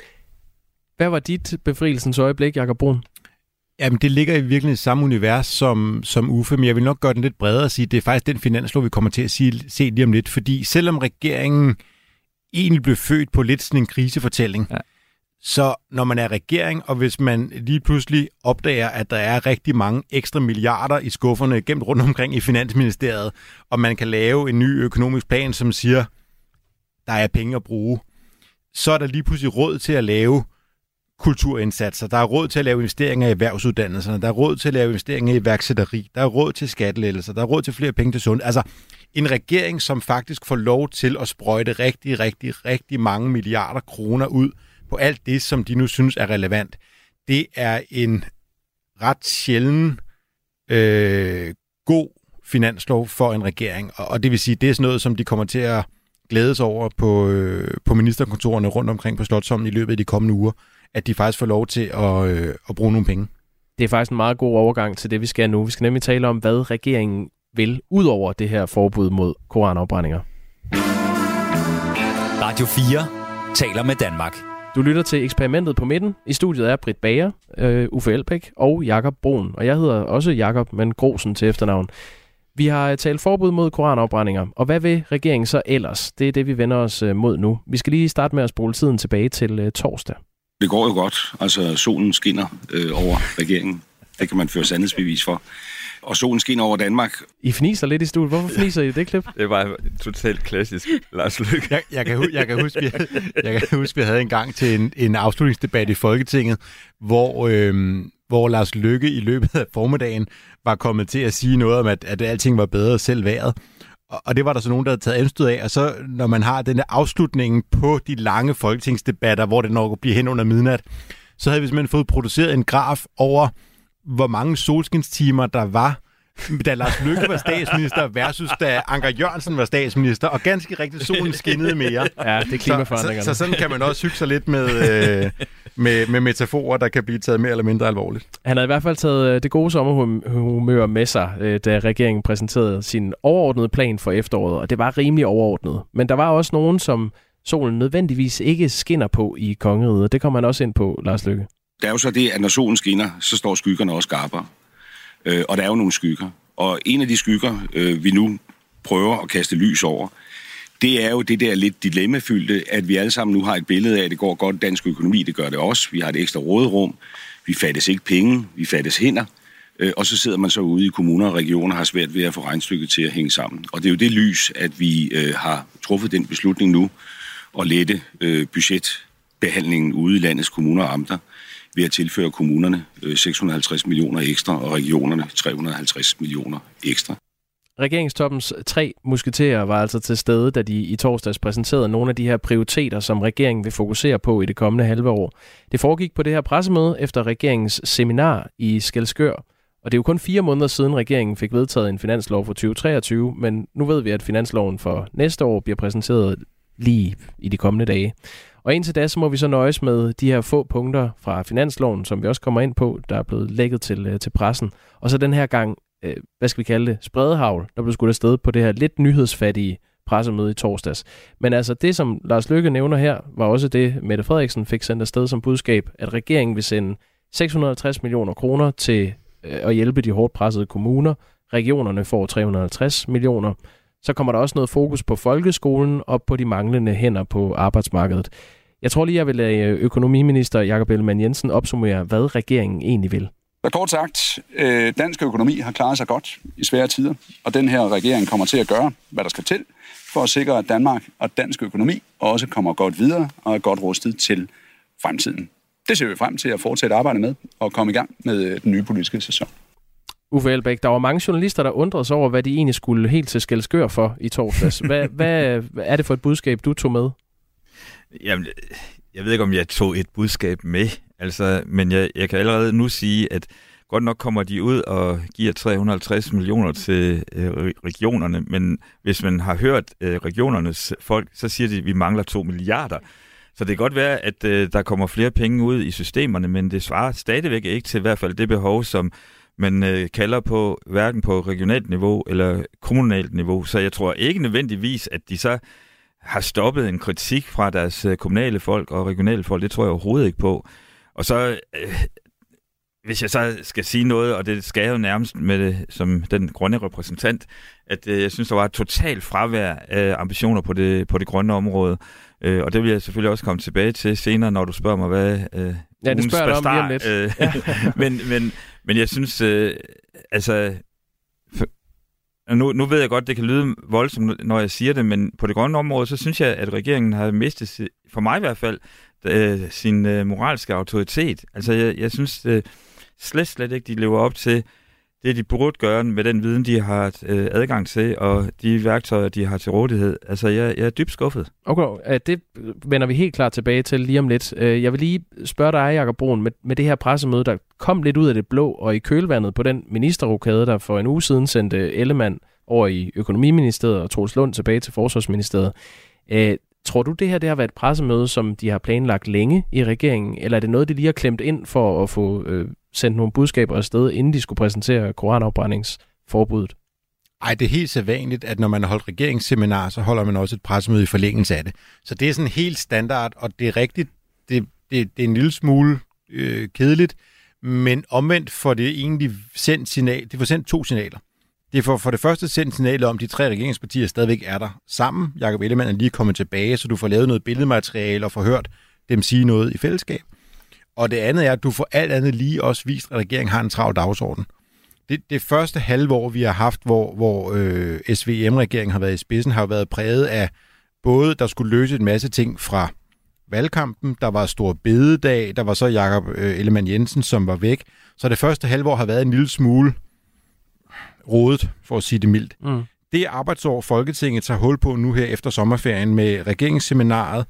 Hvad var dit befrielsens øjeblik, Jakob Brun? Jamen, det ligger i virkelig samme univers som, som Uffe, men jeg vil nok gøre den lidt bredere og sige, at det er faktisk den finanslov, vi kommer til at sige, se lige om lidt, fordi selvom regeringen egentlig blev født på lidt sådan en krisefortælling, ja. Så når man er regering, og hvis man lige pludselig opdager, at der er rigtig mange ekstra milliarder i skufferne gemt rundt omkring i Finansministeriet, og man kan lave en ny økonomisk plan, som siger, der er penge at bruge, så er der lige pludselig råd til at lave kulturindsatser. Der er råd til at lave investeringer i erhvervsuddannelserne. Der er råd til at lave investeringer i iværksætteri. Der er råd til skattelettelser. Der er råd til flere penge til sundhed. Altså en regering, som faktisk får lov til at sprøjte rigtig, rigtig, rigtig mange milliarder kroner ud på alt det, som de nu synes er relevant. Det er en ret sjælden øh, god finanslov for en regering. Og, og det vil sige, det er sådan noget, som de kommer til at glædes over på, øh, på ministerkontorerne rundt omkring på Slotsholmen i løbet af de kommende uger, at de faktisk får lov til at, øh, at bruge nogle penge. Det er faktisk en meget god overgang til det, vi skal nu. Vi skal nemlig tale om, hvad regeringen vil, ud over det her forbud mod koranafbrændinger. Radio fire taler med Danmark. Du lytter til Eksperimentet på midten. I studiet er Britt Bager, øh, Uffe Elbæk og Jakob Brun. Og jeg hedder også Jakob, men Grosen til efternavn. Vi har talt forbud mod koranafbrændinger, og hvad vil regeringen så ellers? Det er det, vi vender os mod nu. Vi skal lige starte med at spole tiden tilbage til øh, torsdag. Det går jo godt. Altså, solen skinner øh, over regeringen. Det kan man føre sandhedsbevis for. Og solen skinner over Danmark. I fniser lidt i studiet. Hvorfor fniser I det klip? Det var totalt klassisk, Lars Løkke. Jeg, jeg, kan, jeg, kan huske, vi havde, jeg kan huske, vi havde en gang til en, en afslutningsdebat i Folketinget, hvor, øh, hvor Lars Løkke i løbet af formiddagen var kommet til at sige noget om, at, at alting var bedre selv vejret. Og det var der så nogen, der havde taget anstød af. Og så, når man har denne afslutning på de lange folketingsdebatter, hvor det nok bliver hen under midnat, så havde vi simpelthen fået produceret en graf over, hvor mange solskinstimer der var, da Lars Løkke var statsminister, versus da Anker Jørgensen var statsminister. Og ganske rigtigt, solen skinnede mere. Ja, det er klimaforandringerne. Så, så, så sådan kan man også hygge sig lidt med, øh, med, med metaforer, der kan blive taget mere eller mindre alvorligt. Han havde i hvert fald taget det gode sommerhumør med sig, da regeringen præsenterede sin overordnede plan for efteråret, og det var rimelig overordnet. Men der var også nogen, som solen nødvendigvis ikke skinner på i kongeriget, og det kommer man også ind på, Lars Løkke. Det er jo så det, at når solen skinner, så står skyggerne også skarpere. Øh, og der er jo nogle skygger. Og en af de skygger, øh, vi nu prøver at kaste lys over, det er jo det der lidt dilemmafyldte, at vi alle sammen nu har et billede af, at det går godt i dansk økonomi, det gør det også. Vi har et ekstra råderum, vi fattes ikke penge, vi fattes hænder. Øh, og så sidder man så ude i kommuner og regioner og har svært ved at få regnstykket til at hænge sammen. Og det er jo det lys, at vi øh, har truffet den beslutning nu, at lette øh, budgetbehandlingen ude i landets kommuner og amter, ved at tilføre kommunerne seks hundrede og halvtreds millioner ekstra, og regionerne tre hundrede og halvtreds millioner ekstra. Regeringstoppens tre musketerer var altså til stede, da de i torsdags præsenterede nogle af de her prioriteter, som regeringen vil fokusere på i det kommende halve år. Det foregik på det her pressemøde efter regeringens seminar i Skælskør. Og det er jo kun fire måneder siden regeringen fik vedtaget en finanslov for tyve treogtyve, men nu ved vi, at finansloven for næste år bliver præsenteret lige i de kommende dage. Og indtil da, så må vi så nøjes med de her få punkter fra finansloven, som vi også kommer ind på, der er blevet lækket til, til pressen. Og så den her gang, øh, hvad skal vi kalde det, spredehavl, der blev skudt afsted på det her lidt nyhedsfattige pressemøde i torsdags. Men altså det, som Lars Løkke nævner her, var også det, Mette Frederiksen fik sendt afsted som budskab, at regeringen vil sende seks hundrede og halvtreds millioner kroner til øh, at hjælpe de hårdt pressede kommuner. Regionerne får tre hundrede og halvtreds millioner. Så kommer der også noget fokus på folkeskolen og på de manglende hænder på arbejdsmarkedet. Jeg tror lige, jeg vil lade økonomiminister Jakob Ellemann-Jensen opsummere, hvad regeringen egentlig vil. Så kort sagt, øh, dansk økonomi har klaret sig godt i svære tider, og den her regering kommer til at gøre, hvad der skal til, for at sikre, at Danmark og dansk økonomi også kommer godt videre og er godt rustet til fremtiden. Det ser vi frem til at fortsætte arbejde med og komme i gang med den nye politiske sæson. Uffe Elbæk, der var mange journalister, der undrede sig over, hvad de egentlig skulle helt til skældskør for i torsdags. Hvad, hvad er det for et budskab, du tog med? Jamen, jeg ved ikke, om jeg tog et budskab med, altså, men jeg, jeg kan allerede nu sige, at godt nok kommer de ud og giver tre hundrede og halvtreds millioner til øh, regionerne, men hvis man har hørt øh, regionernes folk, så siger de, at vi mangler to milliarder. Så det kan godt være, at øh, der kommer flere penge ud i systemerne, men det svarer stadigvæk ikke til i hvert fald det behov, som man øh, kalder på, hverken på regionalt niveau eller kommunalt niveau. Så jeg tror ikke nødvendigvis, at de så har stoppet en kritik fra deres øh, kommunale folk og regionale folk. Det tror jeg overhovedet ikke på. Og så, øh, hvis jeg så skal sige noget, og det skal jeg jo nærmest med det som den grønne repræsentant, at øh, jeg synes, der var et totalt fravær af ambitioner på det, på det grønne område. Øh, og det vil jeg selvfølgelig også komme tilbage til senere, når du spørger mig, hvad øh, ja, det spørger dig om lige om lidt. Øh, ja. men, men, men jeg synes, øh, altså... For, Nu, nu ved jeg godt, det kan lyde voldsomt, når jeg siger det, men på det grønne område, så synes jeg, at regeringen har mistet, for mig i hvert fald, øh, sin øh, moralske autoritet. Altså, jeg, jeg synes øh, slet, slet ikke, de lever op til det, de burde gøre med den viden, de har øh, adgang til, og de værktøjer, de har til rådighed. Altså, jeg, jeg er dybt skuffet. Okay, det vender vi helt klart tilbage til lige om lidt. Jeg vil lige spørge dig, Jakob Bruun, med, med det her pressemøde, der kom lidt ud af det blå, og i kølvandet på den ministerrokade, der for en uge siden sendte Ellemann over i Økonomiministeriet og Troels Lund tilbage til Forsvarsministeriet. Øh, tror du, det her det har været et pressemøde, som de har planlagt længe i regeringen, eller er det noget, de lige har klemt ind for at få øh, sendt nogle budskaber afsted, inden de skulle præsentere koranafbrændingsforbuddet? Ej, det er helt sædvanligt, at når man har holdt regeringsseminar, så holder man også et pressemøde i forlængelse af det. Så det er sådan helt standard, og det er rigtigt, det, det, det er en lille smule øh, kedeligt, men omvendt får det egentlig sendt signal, det får sendt to signaler. Det får for det første sendt signalet om, at de tre regeringspartier stadigvæk er der sammen. Jakob Ellemann er lige kommet tilbage, så du får lavet noget billedmateriale og får hørt dem sige noget i fællesskab. Og det andet er, at du får alt andet lige også vist, at regeringen har en travl dagsorden. Det, det første halve år, vi har haft, hvor, hvor øh, S V M-regeringen har været i spidsen, har været præget af både, der skulle løse en masse ting fra valgkampen, der var stor bededag, der var så Jakob øh, Ellemann-Jensen, som var væk. Så det første halve år har været en lille smule rodet, for at sige det mildt. Mm. Det arbejdsår, Folketinget tager hul på nu her efter sommerferien med regeringsseminaret,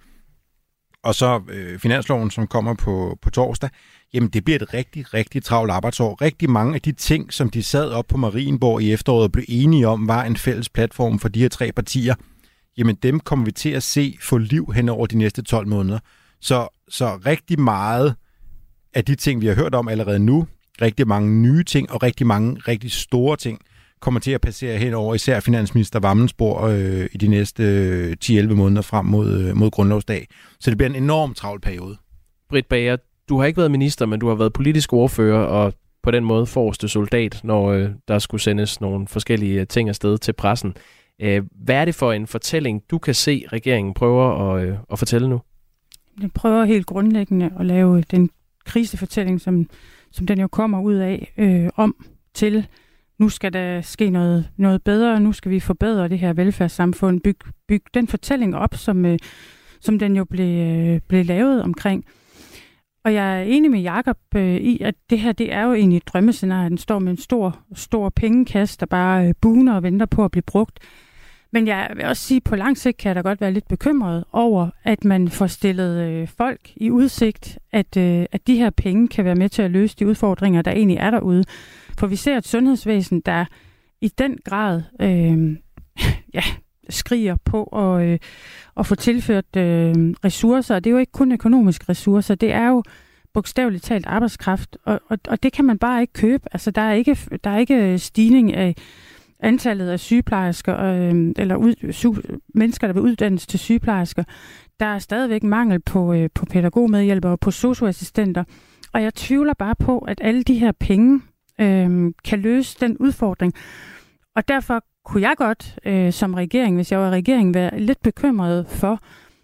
og så øh, finansloven, som kommer på, på torsdag, jamen det bliver et rigtig, rigtig travlt arbejdsår. Rigtig mange af de ting, som de sad op på Marienborg i efteråret og blev enige om, var en fælles platform for de her tre partier. Jamen dem kommer vi til at se få liv hen over de næste tolv måneder. Så, så rigtig meget af de ting, vi har hørt om allerede nu, rigtig mange nye ting og rigtig mange rigtig store ting, kommer til at passere hen over især finansminister Wammens bord øh, i de næste øh, ti til elleve måneder frem mod, øh, mod grundlovsdag. Så det bliver en enormt travl periode. Britt Bager, du har ikke været minister, men du har været politisk ordfører og på den måde forreste soldat, når øh, der skulle sendes nogle forskellige ting afsted til pressen. Øh, hvad er det for en fortælling, du kan se, regeringen prøver at, øh, at fortælle nu? Den prøver helt grundlæggende at lave den krisefortælling, som, som den jo kommer ud af, øh, om til nu skal der ske noget, noget bedre, nu skal vi forbedre det her velfærdssamfund, bygge byg den fortælling op, som, øh, som den jo blev, øh, blev lavet omkring. Og jeg er enig med Jakob øh, i, at det her det er jo egentlig et drømmescenarie. Den står med en stor, stor pengekasse, der bare øh, buner og venter på at blive brugt. Men jeg vil også sige, at på lang sigt kan jeg da godt være lidt bekymret over, at man får stillet øh, folk i udsigt, at, øh, at de her penge kan være med til at løse de udfordringer, der egentlig er derude. For vi ser et sundhedsvæsen, der i den grad øh, ja, skriger på at, øh, at få tilført øh, ressourcer. Og det er jo ikke kun økonomiske ressourcer, det er jo bogstaveligt talt arbejdskraft, og, og, og det kan man bare ikke købe. Altså, der er ikke, der er ikke stigning af antallet af sygeplejersker, øh, eller ud, su, mennesker, der vil uddannes til sygeplejersker. Der er stadigvæk mangel på, øh, på pædagogmedhjælpere og på socioassistenter, og jeg tvivler bare på, at alle de her penge øh, kan løse den udfordring. Og derfor kunne jeg godt øh, som regering, hvis jeg var regering, være lidt bekymret for,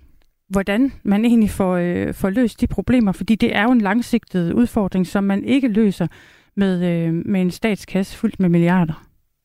hvordan man egentlig får, øh, får løst de problemer, fordi det er jo en langsigtet udfordring, som man ikke løser med, øh, med en statskasse fyldt med milliarder.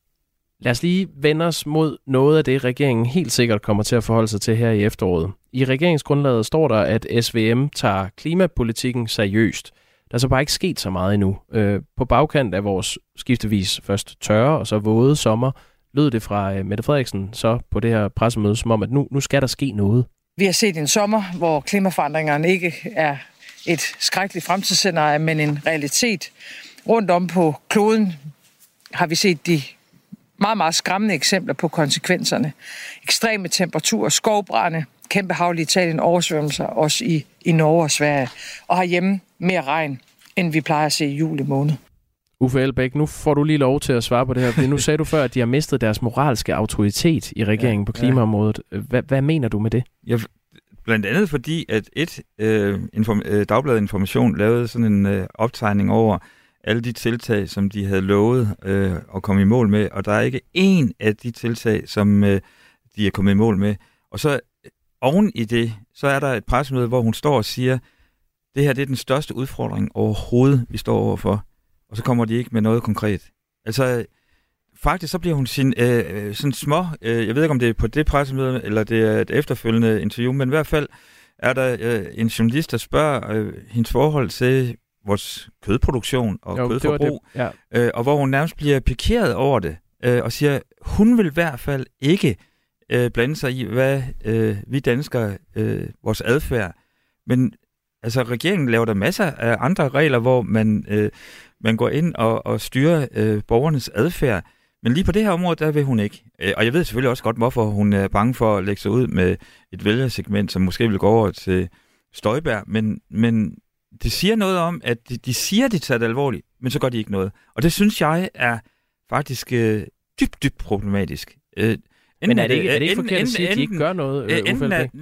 Lad os lige vende os mod noget af det, regeringen helt sikkert kommer til at forholde sig til her i efteråret. I regeringsgrundlaget står der, at S V M tager klimapolitikken seriøst. Der er så bare ikke sket så meget endnu. Øh, på bagkant af vores skiftevis først tørre og så våde sommer, lød det fra øh, Mette Frederiksen så på det her pressemøde, som om, at nu, nu skal der ske noget. Vi har set en sommer, hvor klimaforandringerne ikke er et skrækkeligt fremtidsscenarie, men en realitet. Rundt om på kloden har vi set de meget, meget skræmmende eksempler på konsekvenserne. Ekstreme temperaturer, skovbrande, kæmpe havl i Italien, oversvømmelser, også i, i Norge og Sverige. Og herhjemme mere regn, end vi plejer at se i juli måned. Uffe Elbæk, nu får du lige lov til at svare på det her, fordi nu sagde du før, at de har mistet deres moralske autoritet i regeringen ja, på klimaområdet. Hvad, hvad mener du med det? Ja, blandt andet fordi, at et øh, inform- øh, Dagbladet Information lavede sådan en øh, optegning over alle de tiltag, som de havde lovet øh, at komme i mål med, og der er ikke én af de tiltag, som øh, de er kommet i mål med. Og så oven i det, så er der et pressemøde, hvor hun står og siger, det her det er den største udfordring overhovedet, vi står overfor. Og så kommer de ikke med noget konkret. Altså, faktisk så bliver hun sin, øh, sådan små, øh, jeg ved ikke om det er på det pressemøde, eller det er et efterfølgende interview, men i hvert fald er der øh, en journalist, der spørger øh, hendes forhold til vores kødproduktion og jo, kødforbrug, det det. Ja. Øh, og hvor hun nærmest bliver pikeret over det, øh, og siger, hun vil i hvert fald ikke øh, blande sig i, hvad øh, vi danskere, øh, vores adfærd, men altså regeringen laver der masser af andre regler, hvor man, øh, man går ind og, og styrer øh, borgernes adfærd, men lige på det her område, der vil hun ikke. Øh, og jeg ved selvfølgelig også godt, hvorfor hun er bange for at lægge sig ud med et vælgersegment, som måske vil gå over til Støjberg, men, men det siger noget om, at de, de siger, at de tager det alvorligt, men så gør de ikke noget. Og det synes jeg er faktisk øh, dybt, dybt problematisk. Øh, men er det ikke, er det ikke enten, forkert at sige, at de ikke gør noget, øh, enten er,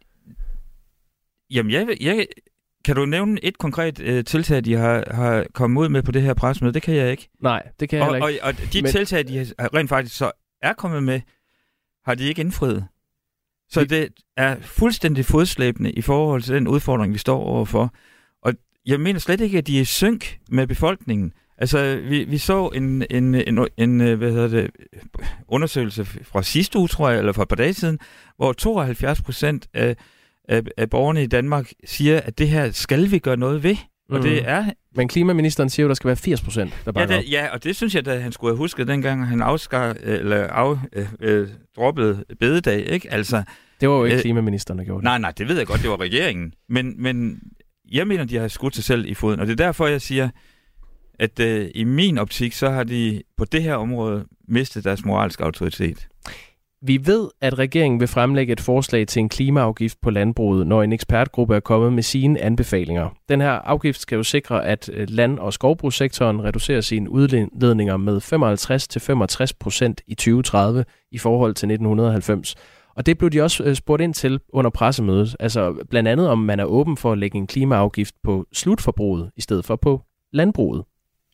Jamen, jeg, jeg, kan du nævne et konkret øh, tiltag, de har, har kommet ud med på det her pressemøde? Det kan jeg ikke. Nej, det kan jeg og, heller ikke. Og, og de Men... tiltag, de har, rent faktisk så er kommet med, har de ikke indfriet. Så vi... det er fuldstændig fodslæbende i forhold til den udfordring, vi står overfor. Og jeg mener slet ikke, at de er i synk med befolkningen. Altså, vi, vi så en, en, en, en hvad hedder det, undersøgelse fra sidste uge, tror jeg, eller fra et par dage siden, hvor tooghalvfjerds procent af Af, af borgerne i Danmark siger, at det her skal vi gøre noget ved. Og mm. det er... Men klimaministeren siger jo, at der skal være firs procent, der bakker ja, op. Ja, og det synes jeg, at han skulle have husket, dengang han afskar, eller af, øh, øh, droppede bededag, ikke? Altså, det var jo ikke øh, klimaministeren, der gjorde det. Nej, nej, det ved jeg godt, det var regeringen. Men, men jeg mener, de har skudt sig selv i foden. Og det er derfor, jeg siger, at øh, i min optik, så har de på det her område mistet deres moralske autoritet. Vi ved, at regeringen vil fremlægge et forslag til en klimaafgift på landbruget, når en ekspertgruppe er kommet med sine anbefalinger. Den her afgift skal jo sikre, at land- og skovbrugssektoren reducerer sine udledninger med femoghalvtreds til femogtres procent i tyve tredive i forhold til nitten halvfems. Og det blev de også spurgt ind til under pressemødet. Altså blandt andet, om man er åben for at lægge en klimaafgift på slutforbruget i stedet for på landbruget.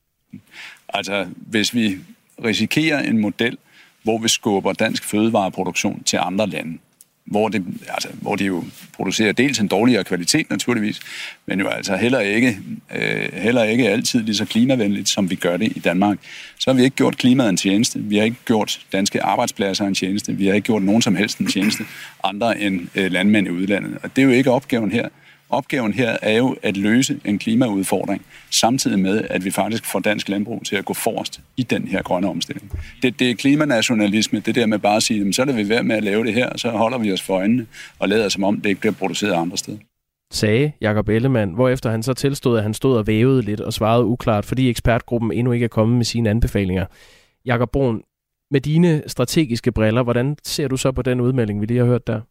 Altså, hvis vi risikerer en model, hvor vi skubber dansk fødevareproduktion til andre lande, hvor, det, altså, hvor de jo producerer dels en dårligere kvalitet naturligvis, men jo altså heller ikke, øh, heller ikke altid lige så klimavenligt, som vi gør det i Danmark. Så har vi ikke gjort klimaet en tjeneste, vi har ikke gjort danske arbejdspladser en tjeneste, vi har ikke gjort nogen som helst en tjeneste, andre end øh, landmænd i udlandet. Og det er jo ikke opgaven her. Opgaven her er jo at løse en klimaudfordring, samtidig med, at vi faktisk får dansk landbrug til at gå forrest i den her grønne omstilling. Det, det er klimanationalisme, det der med bare at sige, så er det vi værd med at lave det her, og så holder vi os for øjnene og lader som om, det ikke bliver produceret andre steder. Sagde Jakob Ellemann, hvorefter han så tilstod, at han stod og vævede lidt og svarede uklart, fordi ekspertgruppen endnu ikke er kommet med sine anbefalinger. Jakob Brun, Med dine strategiske briller, hvordan ser du så på den udmelding, vi lige har hørt der?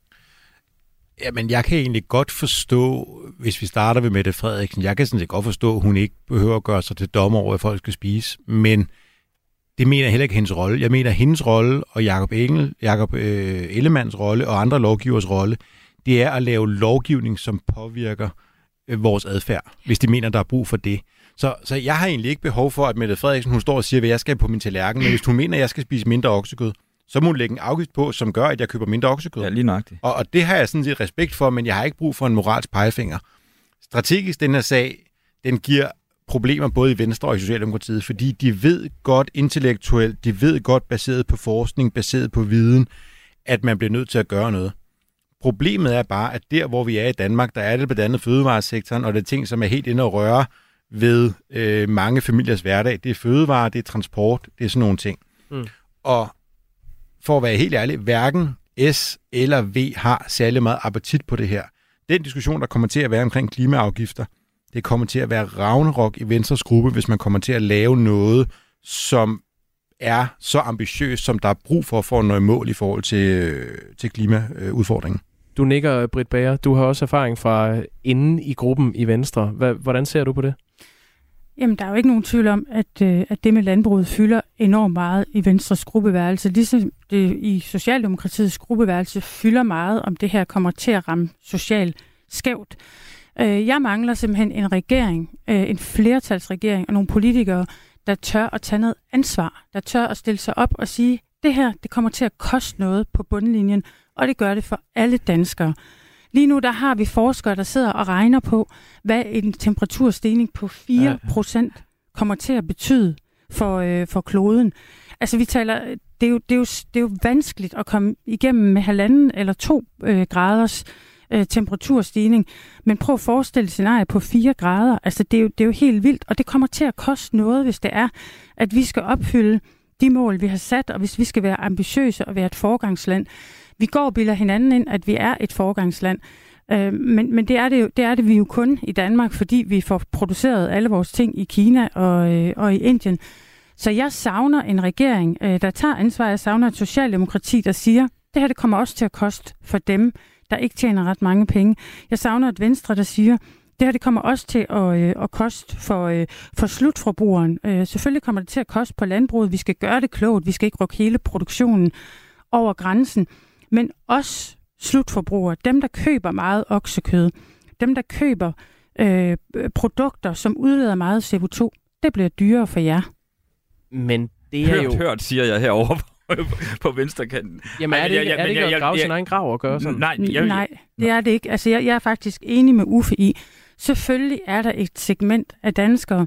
Jamen, jeg kan egentlig godt forstå, hvis vi starter ved Mette Frederiksen, jeg kan sådan set godt forstå, at hun ikke behøver at gøre sig til dommer over, at folk skal spise, men det mener jeg heller ikke hendes rolle. Jeg mener, hendes rolle og Jakob Engel, Jakob øh, Ellemanns rolle og andre lovgivers rolle, det er at lave lovgivning, som påvirker øh, vores adfærd, hvis de mener, der er brug for det. Så, så jeg har egentlig ikke behov for, at Mette Frederiksen, hun står og siger, hvad jeg skal på min tallerken, men hvis hun mener, at jeg skal spise mindre oksekød, så må hun lægge en afgift på, som gør, at jeg køber mindre oksekød. Ja, lige nøjagtigt. Og, og det har jeg sådan set respekt for, men jeg har ikke brug for en moralsk pegefinger. Strategisk, den her sag, den giver problemer både i Venstre og i Socialdemokratiet, fordi de ved godt intellektuelt, de ved godt baseret på forskning, baseret på viden, at man bliver nødt til at gøre noget. Problemet er bare, at der, hvor vi er i Danmark, der er det blandt andet fødevaresektoren, og det er ting, som er helt inde og røre ved øh, mange familiers hverdag. Det er fødevare, det er transport, det er sådan nogle ting. Mm. Og for at være helt ærlig, hverken S eller V har særlig meget appetit på det her. Den diskussion, der kommer til at være omkring klimaafgifter, det kommer til at være ragnarok i Venstres gruppe, hvis man kommer til at lave noget, som er så ambitiøst, som der er brug for, for at nå i mål i forhold til, til klimaudfordringen. Du nikker, Britt Bager. Du har også erfaring fra inden i gruppen i Venstre. Hvordan ser du på det? Jamen, der er jo ikke nogen tvivl om, at, at det med landbruget fylder enormt meget i Venstres gruppeværelse. Ligesom det i Socialdemokratiets gruppeværelse fylder meget, om det her kommer til at ramme socialt skævt. Jeg mangler simpelthen en regering, en flertalsregering og nogle politikere, der tør at tage noget ansvar, der tør at stille sig op og sige, det her det kommer til at koste noget på bundlinjen, og det gør det for alle danskere. Lige nu der har vi forskere, der sidder og regner på, hvad en temperaturstigning på fire procent kommer til at betyde for, øh, for kloden. Altså vi taler, det er, jo, det, er jo, det er jo vanskeligt at komme igennem med halvanden eller to øh, graders øh, temperaturstigning, men prøv at forestille scenariet på fire grader. Altså det er, jo, det er jo helt vildt, og det kommer til at koste noget, hvis det er, at vi skal opfylde de mål, vi har sat, og hvis vi skal være ambitiøse og være et foregangsland. Vi går og bilder hinanden ind, at vi er et foregangsland. Øh, men men det, er det, jo, det er det vi jo kun i Danmark, fordi vi får produceret alle vores ting i Kina og, øh, og i Indien. Så jeg savner en regering, øh, der tager ansvar. Jeg savner et socialdemokrati, der siger, det her det kommer også til at koste for dem, der ikke tjener ret mange penge. Jeg savner et Venstre, der siger, det her det kommer også til at, øh, at koste for, øh, for slutforbrugeren. Øh, selvfølgelig kommer det til at koste på landbruget. Vi skal gøre det klogt. Vi skal ikke rykke hele produktionen over grænsen. Men også slutforbrugere, dem der køber meget oksekød, dem der køber øh, produkter, som udleder meget C O to, det bliver dyrere for jer. Men det er hørt, jo... Hørt, siger jeg herovre på venstrekanten. Jamen er det ikke, er det ikke at grave sin egen grav og gøre sådan? Nej, jeg, Nej, det er det ikke. Altså jeg, jeg er faktisk enig med Uffe i, selvfølgelig er der et segment af danskere,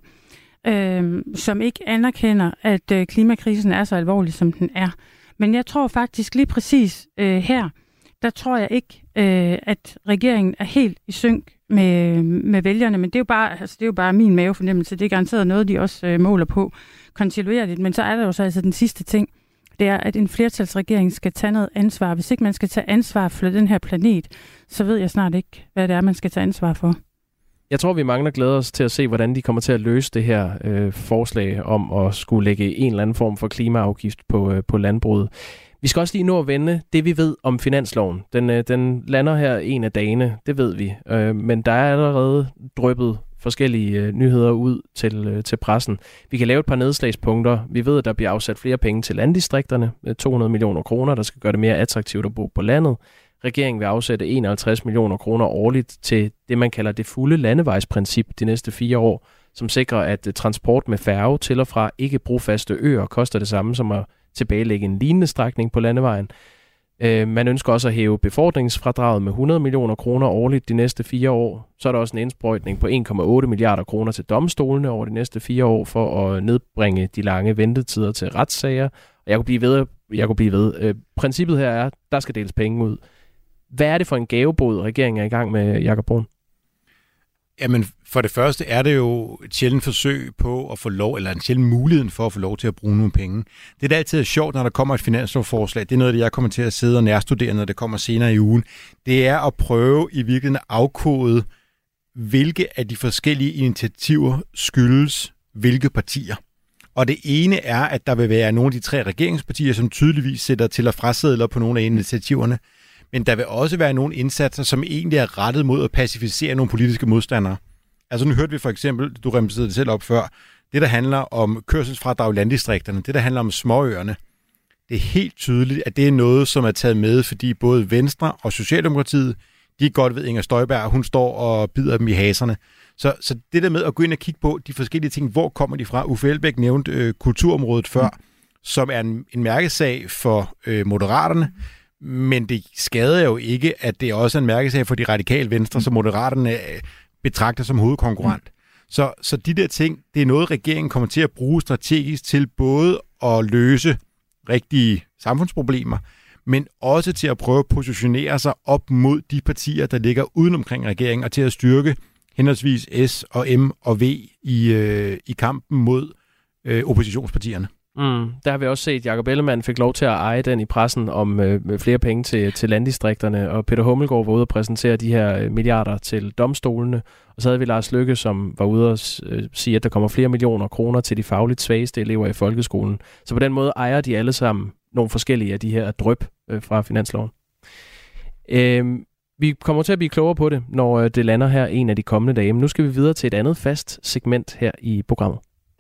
øh, som ikke anerkender, at øh, klimakrisen er så alvorlig, som den er. Men jeg tror faktisk lige præcis øh, her, der tror jeg ikke, øh, at regeringen er helt i synk med, med vælgerne. Men det er, jo bare, altså, det er jo bare min mavefornemmelse. Det er garanteret noget, de også øh, måler på kontinuerligt. Men så er der jo så altså den sidste ting. Det er, at en flertalsregering skal tage noget ansvar. Hvis ikke man skal tage ansvar for den her planet, så ved jeg snart ikke, hvad det er, man skal tage ansvar for. Jeg tror, vi mangler glæder os til at se, hvordan de kommer til at løse det her øh, forslag om at skulle lægge en eller anden form for klimaafgift på, øh, på landbruget. Vi skal også lige nå at vende det, vi ved om finansloven. Den, øh, den lander her en af dagene, det ved vi. Øh, men der er allerede dryppet forskellige øh, nyheder ud til, øh, til pressen. Vi kan lave et par nedslagspunkter. Vi ved, at der bliver afsat flere penge til landdistrikterne. to hundrede millioner kroner, der skal gøre det mere attraktivt at bo på landet. Regeringen vil afsætte enoghalvtreds millioner kroner årligt til det, man kalder det fulde landevejsprincip de næste fire år, som sikrer, at transport med færge til og fra ikke brofaste øer koster det samme som at tilbagelægge en lignende strækning på landevejen. Man ønsker også at hæve befordringsfradraget med hundrede millioner kroner årligt de næste fire år. Så er der også en indsprøjtning på en komma otte milliarder kroner til domstolene over de næste fire år for at nedbringe de lange ventetider til retssager. Og jeg kunne blive ved. Jeg kunne blive ved. Princippet her er, at der skal deles penge ud. Hvad er det for en gavebod, regeringen er i gang med, Jakob Brun? Jamen, for det første er det jo et sjældent forsøg på at få lov, eller en sjælden mulighed for at få lov til at bruge nogle penge. Det, der altid er sjovt, når der kommer et finanslovsforslag, det er noget, det jeg kommer til at sidde og nærstudere, når det kommer senere i ugen, det er at prøve i virkeligheden at afkode, hvilke af de forskellige initiativer skyldes hvilke partier. Og det ene er, at der vil være nogle af de tre regeringspartier, som tydeligvis sætter til- og frasedler på nogle af initiativerne. Men der vil også være nogle indsatser, som egentlig er rettet mod at pacificere nogle politiske modstandere. Altså nu hørte vi for eksempel, du remserede det selv op før, det der handler om kørselsfradrag i landdistrikterne, det der handler om småøerne. Det er helt tydeligt, at det er noget, som er taget med, fordi både Venstre og Socialdemokratiet, de godt ved Inger Støjberg, hun står og bider dem i haserne. Så, så det der med at gå ind og kigge på de forskellige ting, hvor kommer de fra? Uffe Elbæk nævnte øh, kulturområdet før, mm. som er en, en mærkesag for øh, Moderaterne, men det skader jo ikke, at det også er en mærkesag for de radikale Venstre, som Moderaterne øh, betragter som hovedkonkurrent. Mm. Så, så de der ting, det er noget, regeringen kommer til at bruge strategisk til både at løse rigtige samfundsproblemer, men også til at prøve at positionere sig op mod de partier, der ligger uden omkring regeringen, og til at styrke henholdsvis S og M og V i, øh, i kampen mod øh, oppositionspartierne. Mm, der har vi også set, at Jakob Ellemann fik lov til at eje den i pressen om øh, flere penge til, til landdistrikterne, og Peter Hummelgaard var ude og præsentere de her milliarder til domstolene, og så havde vi Lars Løkke, som var ude og øh, sige, at der kommer flere millioner kroner til de fagligt svageste elever i folkeskolen. Så på den måde ejer de alle sammen nogle forskellige af de her dryp øh, fra finansloven. Øh, vi kommer til at blive klogere på det, når øh, det lander her en af de kommende dage. Men nu skal vi videre til et andet fast segment her i programmet.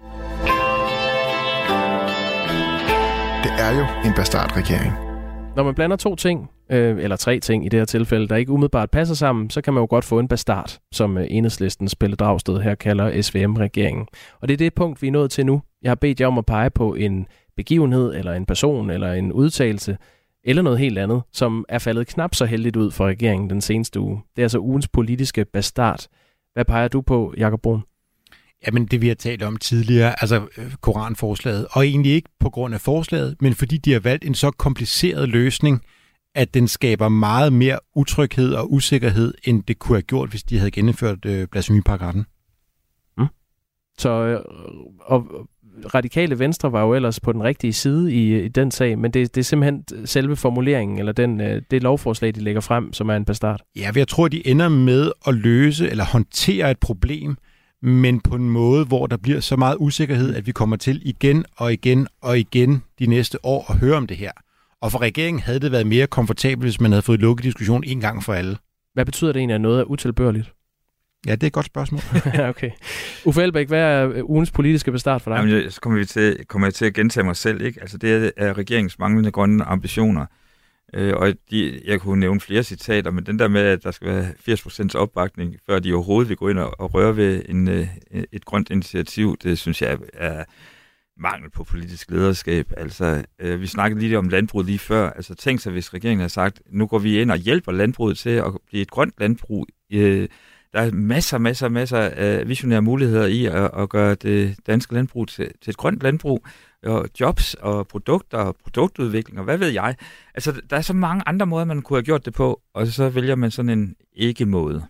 Det er jo en bastardregering. Når man blander to ting, øh, eller tre ting i det her tilfælde, der ikke umiddelbart passer sammen, så kan man jo godt få en bastard, som øh, Enhedslistens Pelle Dragsted her kalder S V M-regeringen. Og det er det punkt, vi er nået til nu. Jeg har bedt jer om at pege på en begivenhed, eller en person, eller en udtalelse, eller noget helt andet, som er faldet knap så heldigt ud for regeringen den seneste uge. Det er altså ugens politiske bastard. Hvad peger du på, Jakob Brun? Jamen det vi har talt om tidligere, altså koranforslaget, og egentlig ikke på grund af forslaget, men fordi de har valgt en så kompliceret løsning, at den skaber meget mere utryghed og usikkerhed, end det kunne have gjort, hvis de havde gennemført øh, blasfemiparagraffen. Mm. Så øh, og Radikale Venstre var jo ellers på den rigtige side i, i den sag, men det, det er simpelthen selve formuleringen, eller den, øh, det lovforslag, de lægger frem, som er en bastard. Ja, jeg tror, de ender med at løse eller håndtere et problem, men på en måde, hvor der bliver så meget usikkerhed, at vi kommer til igen og igen og igen de næste år at høre om det her. Og for regeringen havde det været mere komfortabelt, hvis man havde fået lukket diskussion en gang for alle. Hvad betyder det egentlig, at noget er utilbørligt? Ja, det er et godt spørgsmål. Okay. Uffe Elbæk, hvad er ugens politiske bestart for dig? Jamen, så kommer, vi til, kommer jeg til at gentage mig selv, ikke? Altså, det er regeringens manglende grønne ambitioner. Øh, og de, jeg kunne nævne flere citater, men den der med, at der skal være firs procent opbakning, før de overhovedet vil gå ind og, og røre ved en, et grønt initiativ, det synes jeg er mangel på politisk lederskab. Altså, øh, vi snakkede lige om landbruget lige før. Altså, tænk sig, hvis regeringen har sagt, nu går vi ind og hjælper landbruget til at blive et grønt landbrug. Øh, der er masser, masser, masser af visionære muligheder i at, at gøre det danske landbrug til, til et grønt landbrug. Og jobs og produkter og produktudvikling og hvad ved jeg. Altså, der er så mange andre måder, man kunne have gjort det på, og så vælger man sådan en ikke-måde.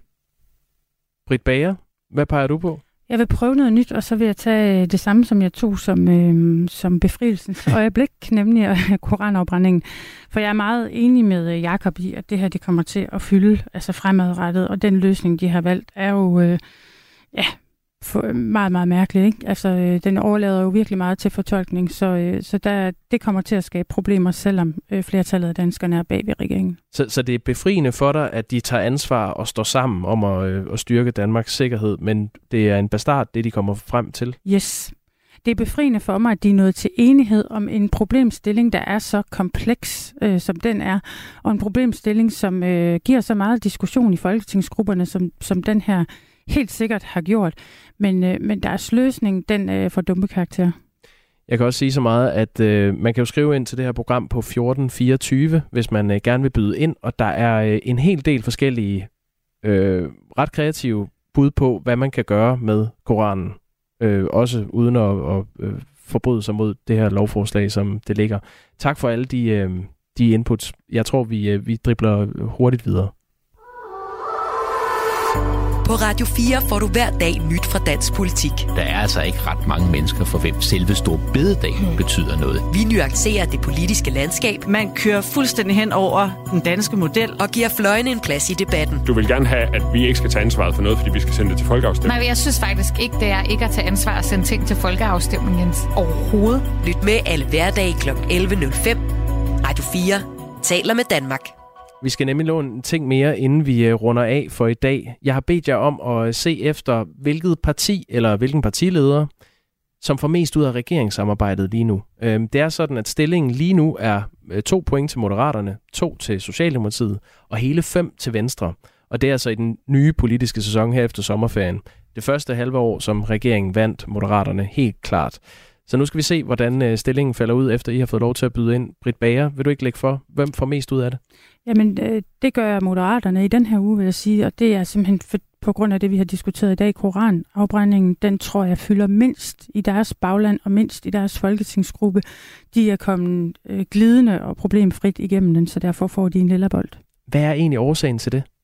Britt Bager, hvad peger du på? Jeg vil prøve noget nyt, og så vil jeg tage det samme, som jeg tog som, øh, som befrielsens øjeblik, nemlig koranafbrændingen. For jeg er meget enig med Jakob i, at det her det kommer til at fylde altså fremadrettet, og den løsning, de har valgt, er jo øh, ja, for, meget, meget mærkeligt. Ikke? Altså, øh, den overlader jo virkelig meget til fortolkning, så, øh, så der, det kommer til at skabe problemer, selvom øh, flertallet af danskerne er bag ved regeringen. Så, så det er befriende for dig, at de tager ansvar og står sammen om at, øh, at styrke Danmarks sikkerhed, men det er en bastard, det de kommer frem til? Yes. Det er befriende for mig, at de er nået til enighed om en problemstilling, der er så kompleks, øh, som den er, og en problemstilling, som øh, giver så meget diskussion i folketingsgrupperne, som, som den her helt sikkert har gjort. Men, øh, men deres løsning, den øh, får dumme karakter. Jeg kan også sige så meget, at øh, man kan jo skrive ind til det her program på fjorten fireogtyve, hvis man øh, gerne vil byde ind, og der er øh, en hel del forskellige øh, ret kreative bud på, hvad man kan gøre med Koranen. Øh, også uden at, at øh, forbryde sig mod det her lovforslag, som det ligger. Tak for alle de, øh, de inputs. Jeg tror, vi, øh, vi dribler hurtigt videre. På På Radio fire får du hver dag nyt fra dansk politik. Der er altså ikke ret mange mennesker, for hvem selve store bededag betyder noget. Vi nuancerer det politiske landskab. Man kører fuldstændig hen over den danske model. Og giver fløjene en plads i debatten. Du vil gerne have, at vi ikke skal tage ansvaret for noget, fordi vi skal sende det til folkeafstemning. Nej, jeg synes faktisk ikke, det er ikke at tage ansvar og sende ting til folkeafstemning, Jens. Overhovedet. Lyt med alle hverdage kl. elleve nul fem. Radio fire taler med Danmark. Vi skal nemlig låne en ting mere, inden vi runder af for i dag. Jeg har bedt jer om at se efter, hvilket parti eller hvilken partileder, som får mest ud af regeringssamarbejdet lige nu. Det er sådan, at stillingen lige nu er to point til Moderaterne, to til Socialdemokratiet og hele fem til Venstre. Og det er altså i den nye politiske sæson her efter sommerferien. Det første halve år, som regeringen vandt Moderaterne helt klart. Så nu skal vi se, hvordan stillingen falder ud, efter I har fået lov til at byde ind. Britt Bager, vil du ikke lægge for? Hvem får mest ud af det? Jamen, det gør Moderaterne i den her uge, vil jeg sige, og det er simpelthen for, på grund af det, vi har diskuteret i dag. Koranafbrændingen, den tror jeg fylder mindst i deres bagland og mindst i deres folketingsgruppe. De er kommet øh, glidende og problemfrit igennem den, så derfor får de en lille bold. Hvad er egentlig årsagen til det?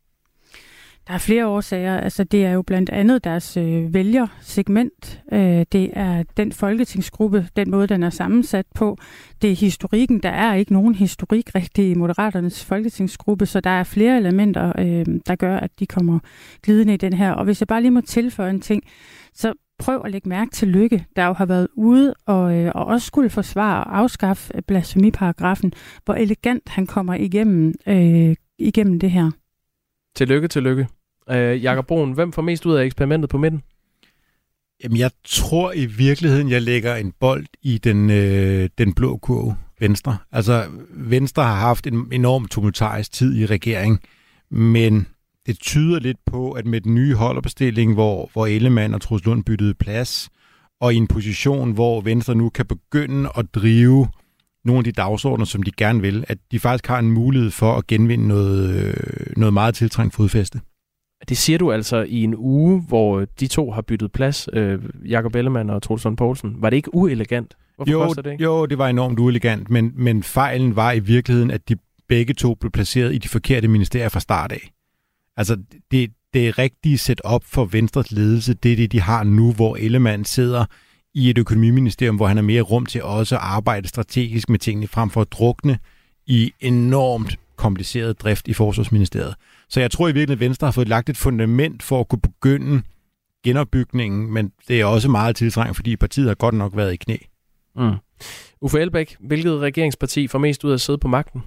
Der er flere årsager. Altså, det er jo blandt andet deres øh, vælgersegment. Øh, det er den folketingsgruppe, den måde, den er sammensat på. Det er historikken. Der er ikke nogen historik rigtig i Moderaternes folketingsgruppe, så der er flere elementer, øh, der gør, at de kommer glidende i den her. Og hvis jeg bare lige må tilføje en ting, så prøv at lægge mærke til Løkke, der jo har været ude og, øh, og også skulle forsvare og afskaffe blasfemiparagrafen, hvor elegant han kommer igennem, øh, igennem det her. Tillykke, tillykke. Øh, Jakob Brun, hvem får mest ud af eksperimentet på midten? Jamen, jeg tror i virkeligheden, jeg lægger en bold i den, øh, den blå kurve, Venstre. Altså, Venstre har haft en enorm tumultarisk tid i regering, men det tyder lidt på, at med den nye holderbestilling, hvor, hvor Ellemann og Troels Lund byttede plads, og i en position, hvor Venstre nu kan begynde at drive nogle af de dagsordner, som de gerne vil, at de faktisk har en mulighed for at genvinde noget, noget meget tiltrængt fodfæste. Det siger du altså i en uge, hvor de to har byttet plads, øh, Jakob Ellemann og Troels Lund Poulsen. Var det ikke uelegant? Hvorfor jo, koster det ikke? Jo, det var enormt uelegant, men, men fejlen var i virkeligheden, at de begge to blev placeret i de forkerte ministerier fra start af. Altså, det, det er rigtige setup for Venstres ledelse, det er det, de har nu, hvor Ellemann sidder i et økonomiministerium, hvor han har mere rum til også at arbejde strategisk med tingene, frem for at drukne i enormt kompliceret drift i Forsvarsministeriet. Så jeg tror i virkeligheden, at Venstre har fået lagt et fundament for at kunne begynde genopbygningen, men det er også meget tiltrængt, fordi partiet har godt nok været i knæ. Mm. Uffe Elbæk, hvilket regeringsparti får mest ud af at sidde på magten?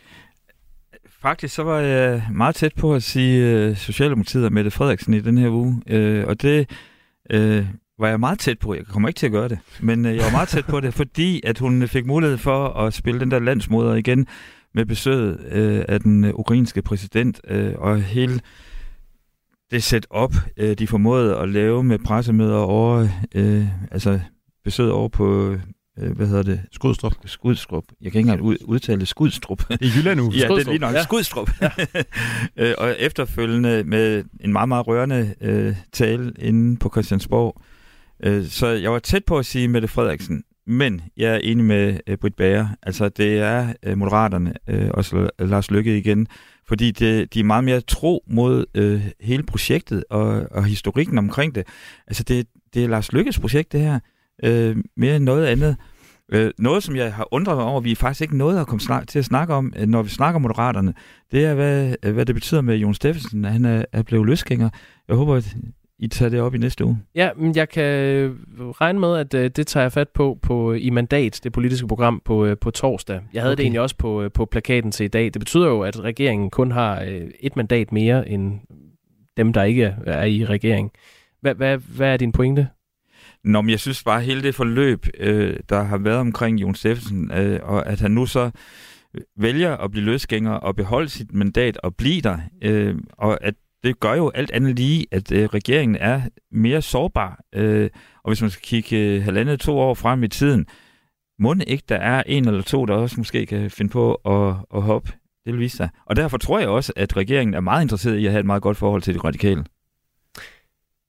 Faktisk så var jeg meget tæt på at sige uh, Socialdemokratiet og Mette Frederiksen i den her uge, uh, og det uh, var jeg meget tæt på. Jeg kommer ikke til at gøre det, men uh, jeg var meget tæt på det, fordi at hun fik mulighed for at spille den der landsmoder igen med besøget uh, af den uh, ukrainske præsident, uh, og hele det setup, uh, de formåede at lave med pressemøder over, uh, altså besøget over på hvad hedder det? Skudstrup. Skudstrup. Jeg kan ikke engang udtale Skudstrup. I Jylland nu. Ja, det er lige nok. Ja. Skudstrup. Ja. Og efterfølgende med en meget, meget rørende øh, tale inde på Christiansborg. Øh, så jeg var tæt på at sige Mette Frederiksen, men jeg er enig med øh, Britt Bager. Altså, det er øh, Moderaterne, øh, og Lars Løkke igen, fordi det, de er meget mere tro mod øh, hele projektet og, og historikken omkring det. Altså, det, det er Lars Løkkes projekt, det her. Øh, mere end noget andet. Øh, noget, som jeg har undret mig over, vi er faktisk ikke noget at komme snak- til at snakke om, når vi snakker om Moderaterne, det er, hvad, hvad det betyder med Jon Steffensen, at han er, er blevet løsgænger. Jeg håber, at I tager det op i næste uge. Ja, men jeg kan regne med, at uh, det tager jeg fat på, på i Mandat, det politiske program på, uh, på torsdag. Jeg havde okay. det egentlig også på, uh, på plakaten til i dag. Det betyder jo, at regeringen kun har uh, et mandat mere end dem, der ikke er i regering. Hvad, hvad, hvad er din pointe? Nå, men jeg synes bare, hele det forløb, øh, der har været omkring Jon Steffensen, øh, og at han nu så vælger at blive løsgænger og beholde sit mandat og blive der, øh, og at det gør jo alt andet lige, at øh, regeringen er mere sårbar. Øh, og hvis man skal kigge øh, halvandet to år frem i tiden, må det ikke, der er en eller to, der også måske kan finde på at, at hoppe. Det vil vise sig. Og derfor tror jeg også, at regeringen er meget interesseret i at have et meget godt forhold til de radikale.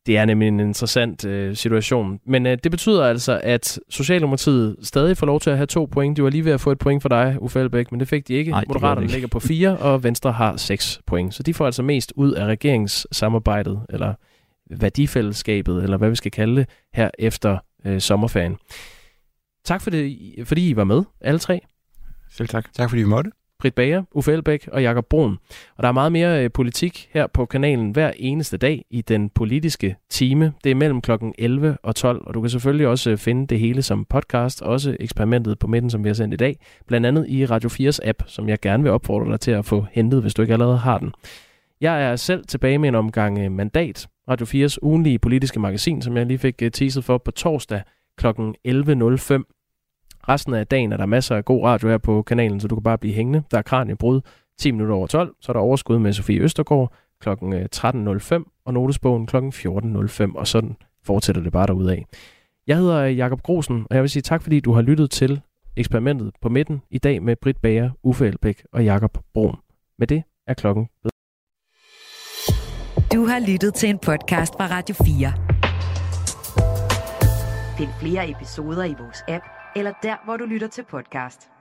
Det er nemlig en interessant øh, situation. Men øh, det betyder altså, at Socialdemokratiet stadig får lov til at have to point. De var lige ved at få et point for dig, Uffe Elbæk, men det fik de ikke. Nej, Moderaterne ikke. ligger på fire, og Venstre har seks point. Så de får altså mest ud af regeringssamarbejdet, eller værdifællesskabet, eller hvad vi skal kalde det, her efter øh, sommerferien. Tak for det, fordi I var med, alle tre. Selv tak. Tak fordi vi måtte. Britt Bager, Uffe Elbæk og Jakob Brun. Og der er meget mere øh, politik her på kanalen hver eneste dag i den politiske time. Det er mellem klokken elleve og tolv, og du kan selvfølgelig også øh, finde det hele som podcast, også eksperimentet på midten, som vi har sendt i dag, blandt andet i Radio fires app, som jeg gerne vil opfordre dig til at få hentet, hvis du ikke allerede har den. Jeg er selv tilbage med en omgang øh, Mandat, Radio fires ugenlige politiske magasin, som jeg lige fik øh, teaset for på torsdag klokken elleve nul fem. Resten af dagen er der masser af god radio her på kanalen, så du kan bare blive hængende. Der er Kraniebrud ti minutter over tolv, så er der Overskud med Sofie Østergaard klokken tretten nul fem og Notesbogen klokken fjorten nul fem, og sådan fortsætter det bare derudad. Jeg hedder Jakob Grosen, og jeg vil sige tak, fordi du har lyttet til eksperimentet på midten i dag med Britt Bager, Uffe Elbæk og Jakob Brun. Med det er klokken ved. Du har lyttet til en podcast fra Radio fire. Find flere episoder i vores app, eller der, hvor du lytter til podcast.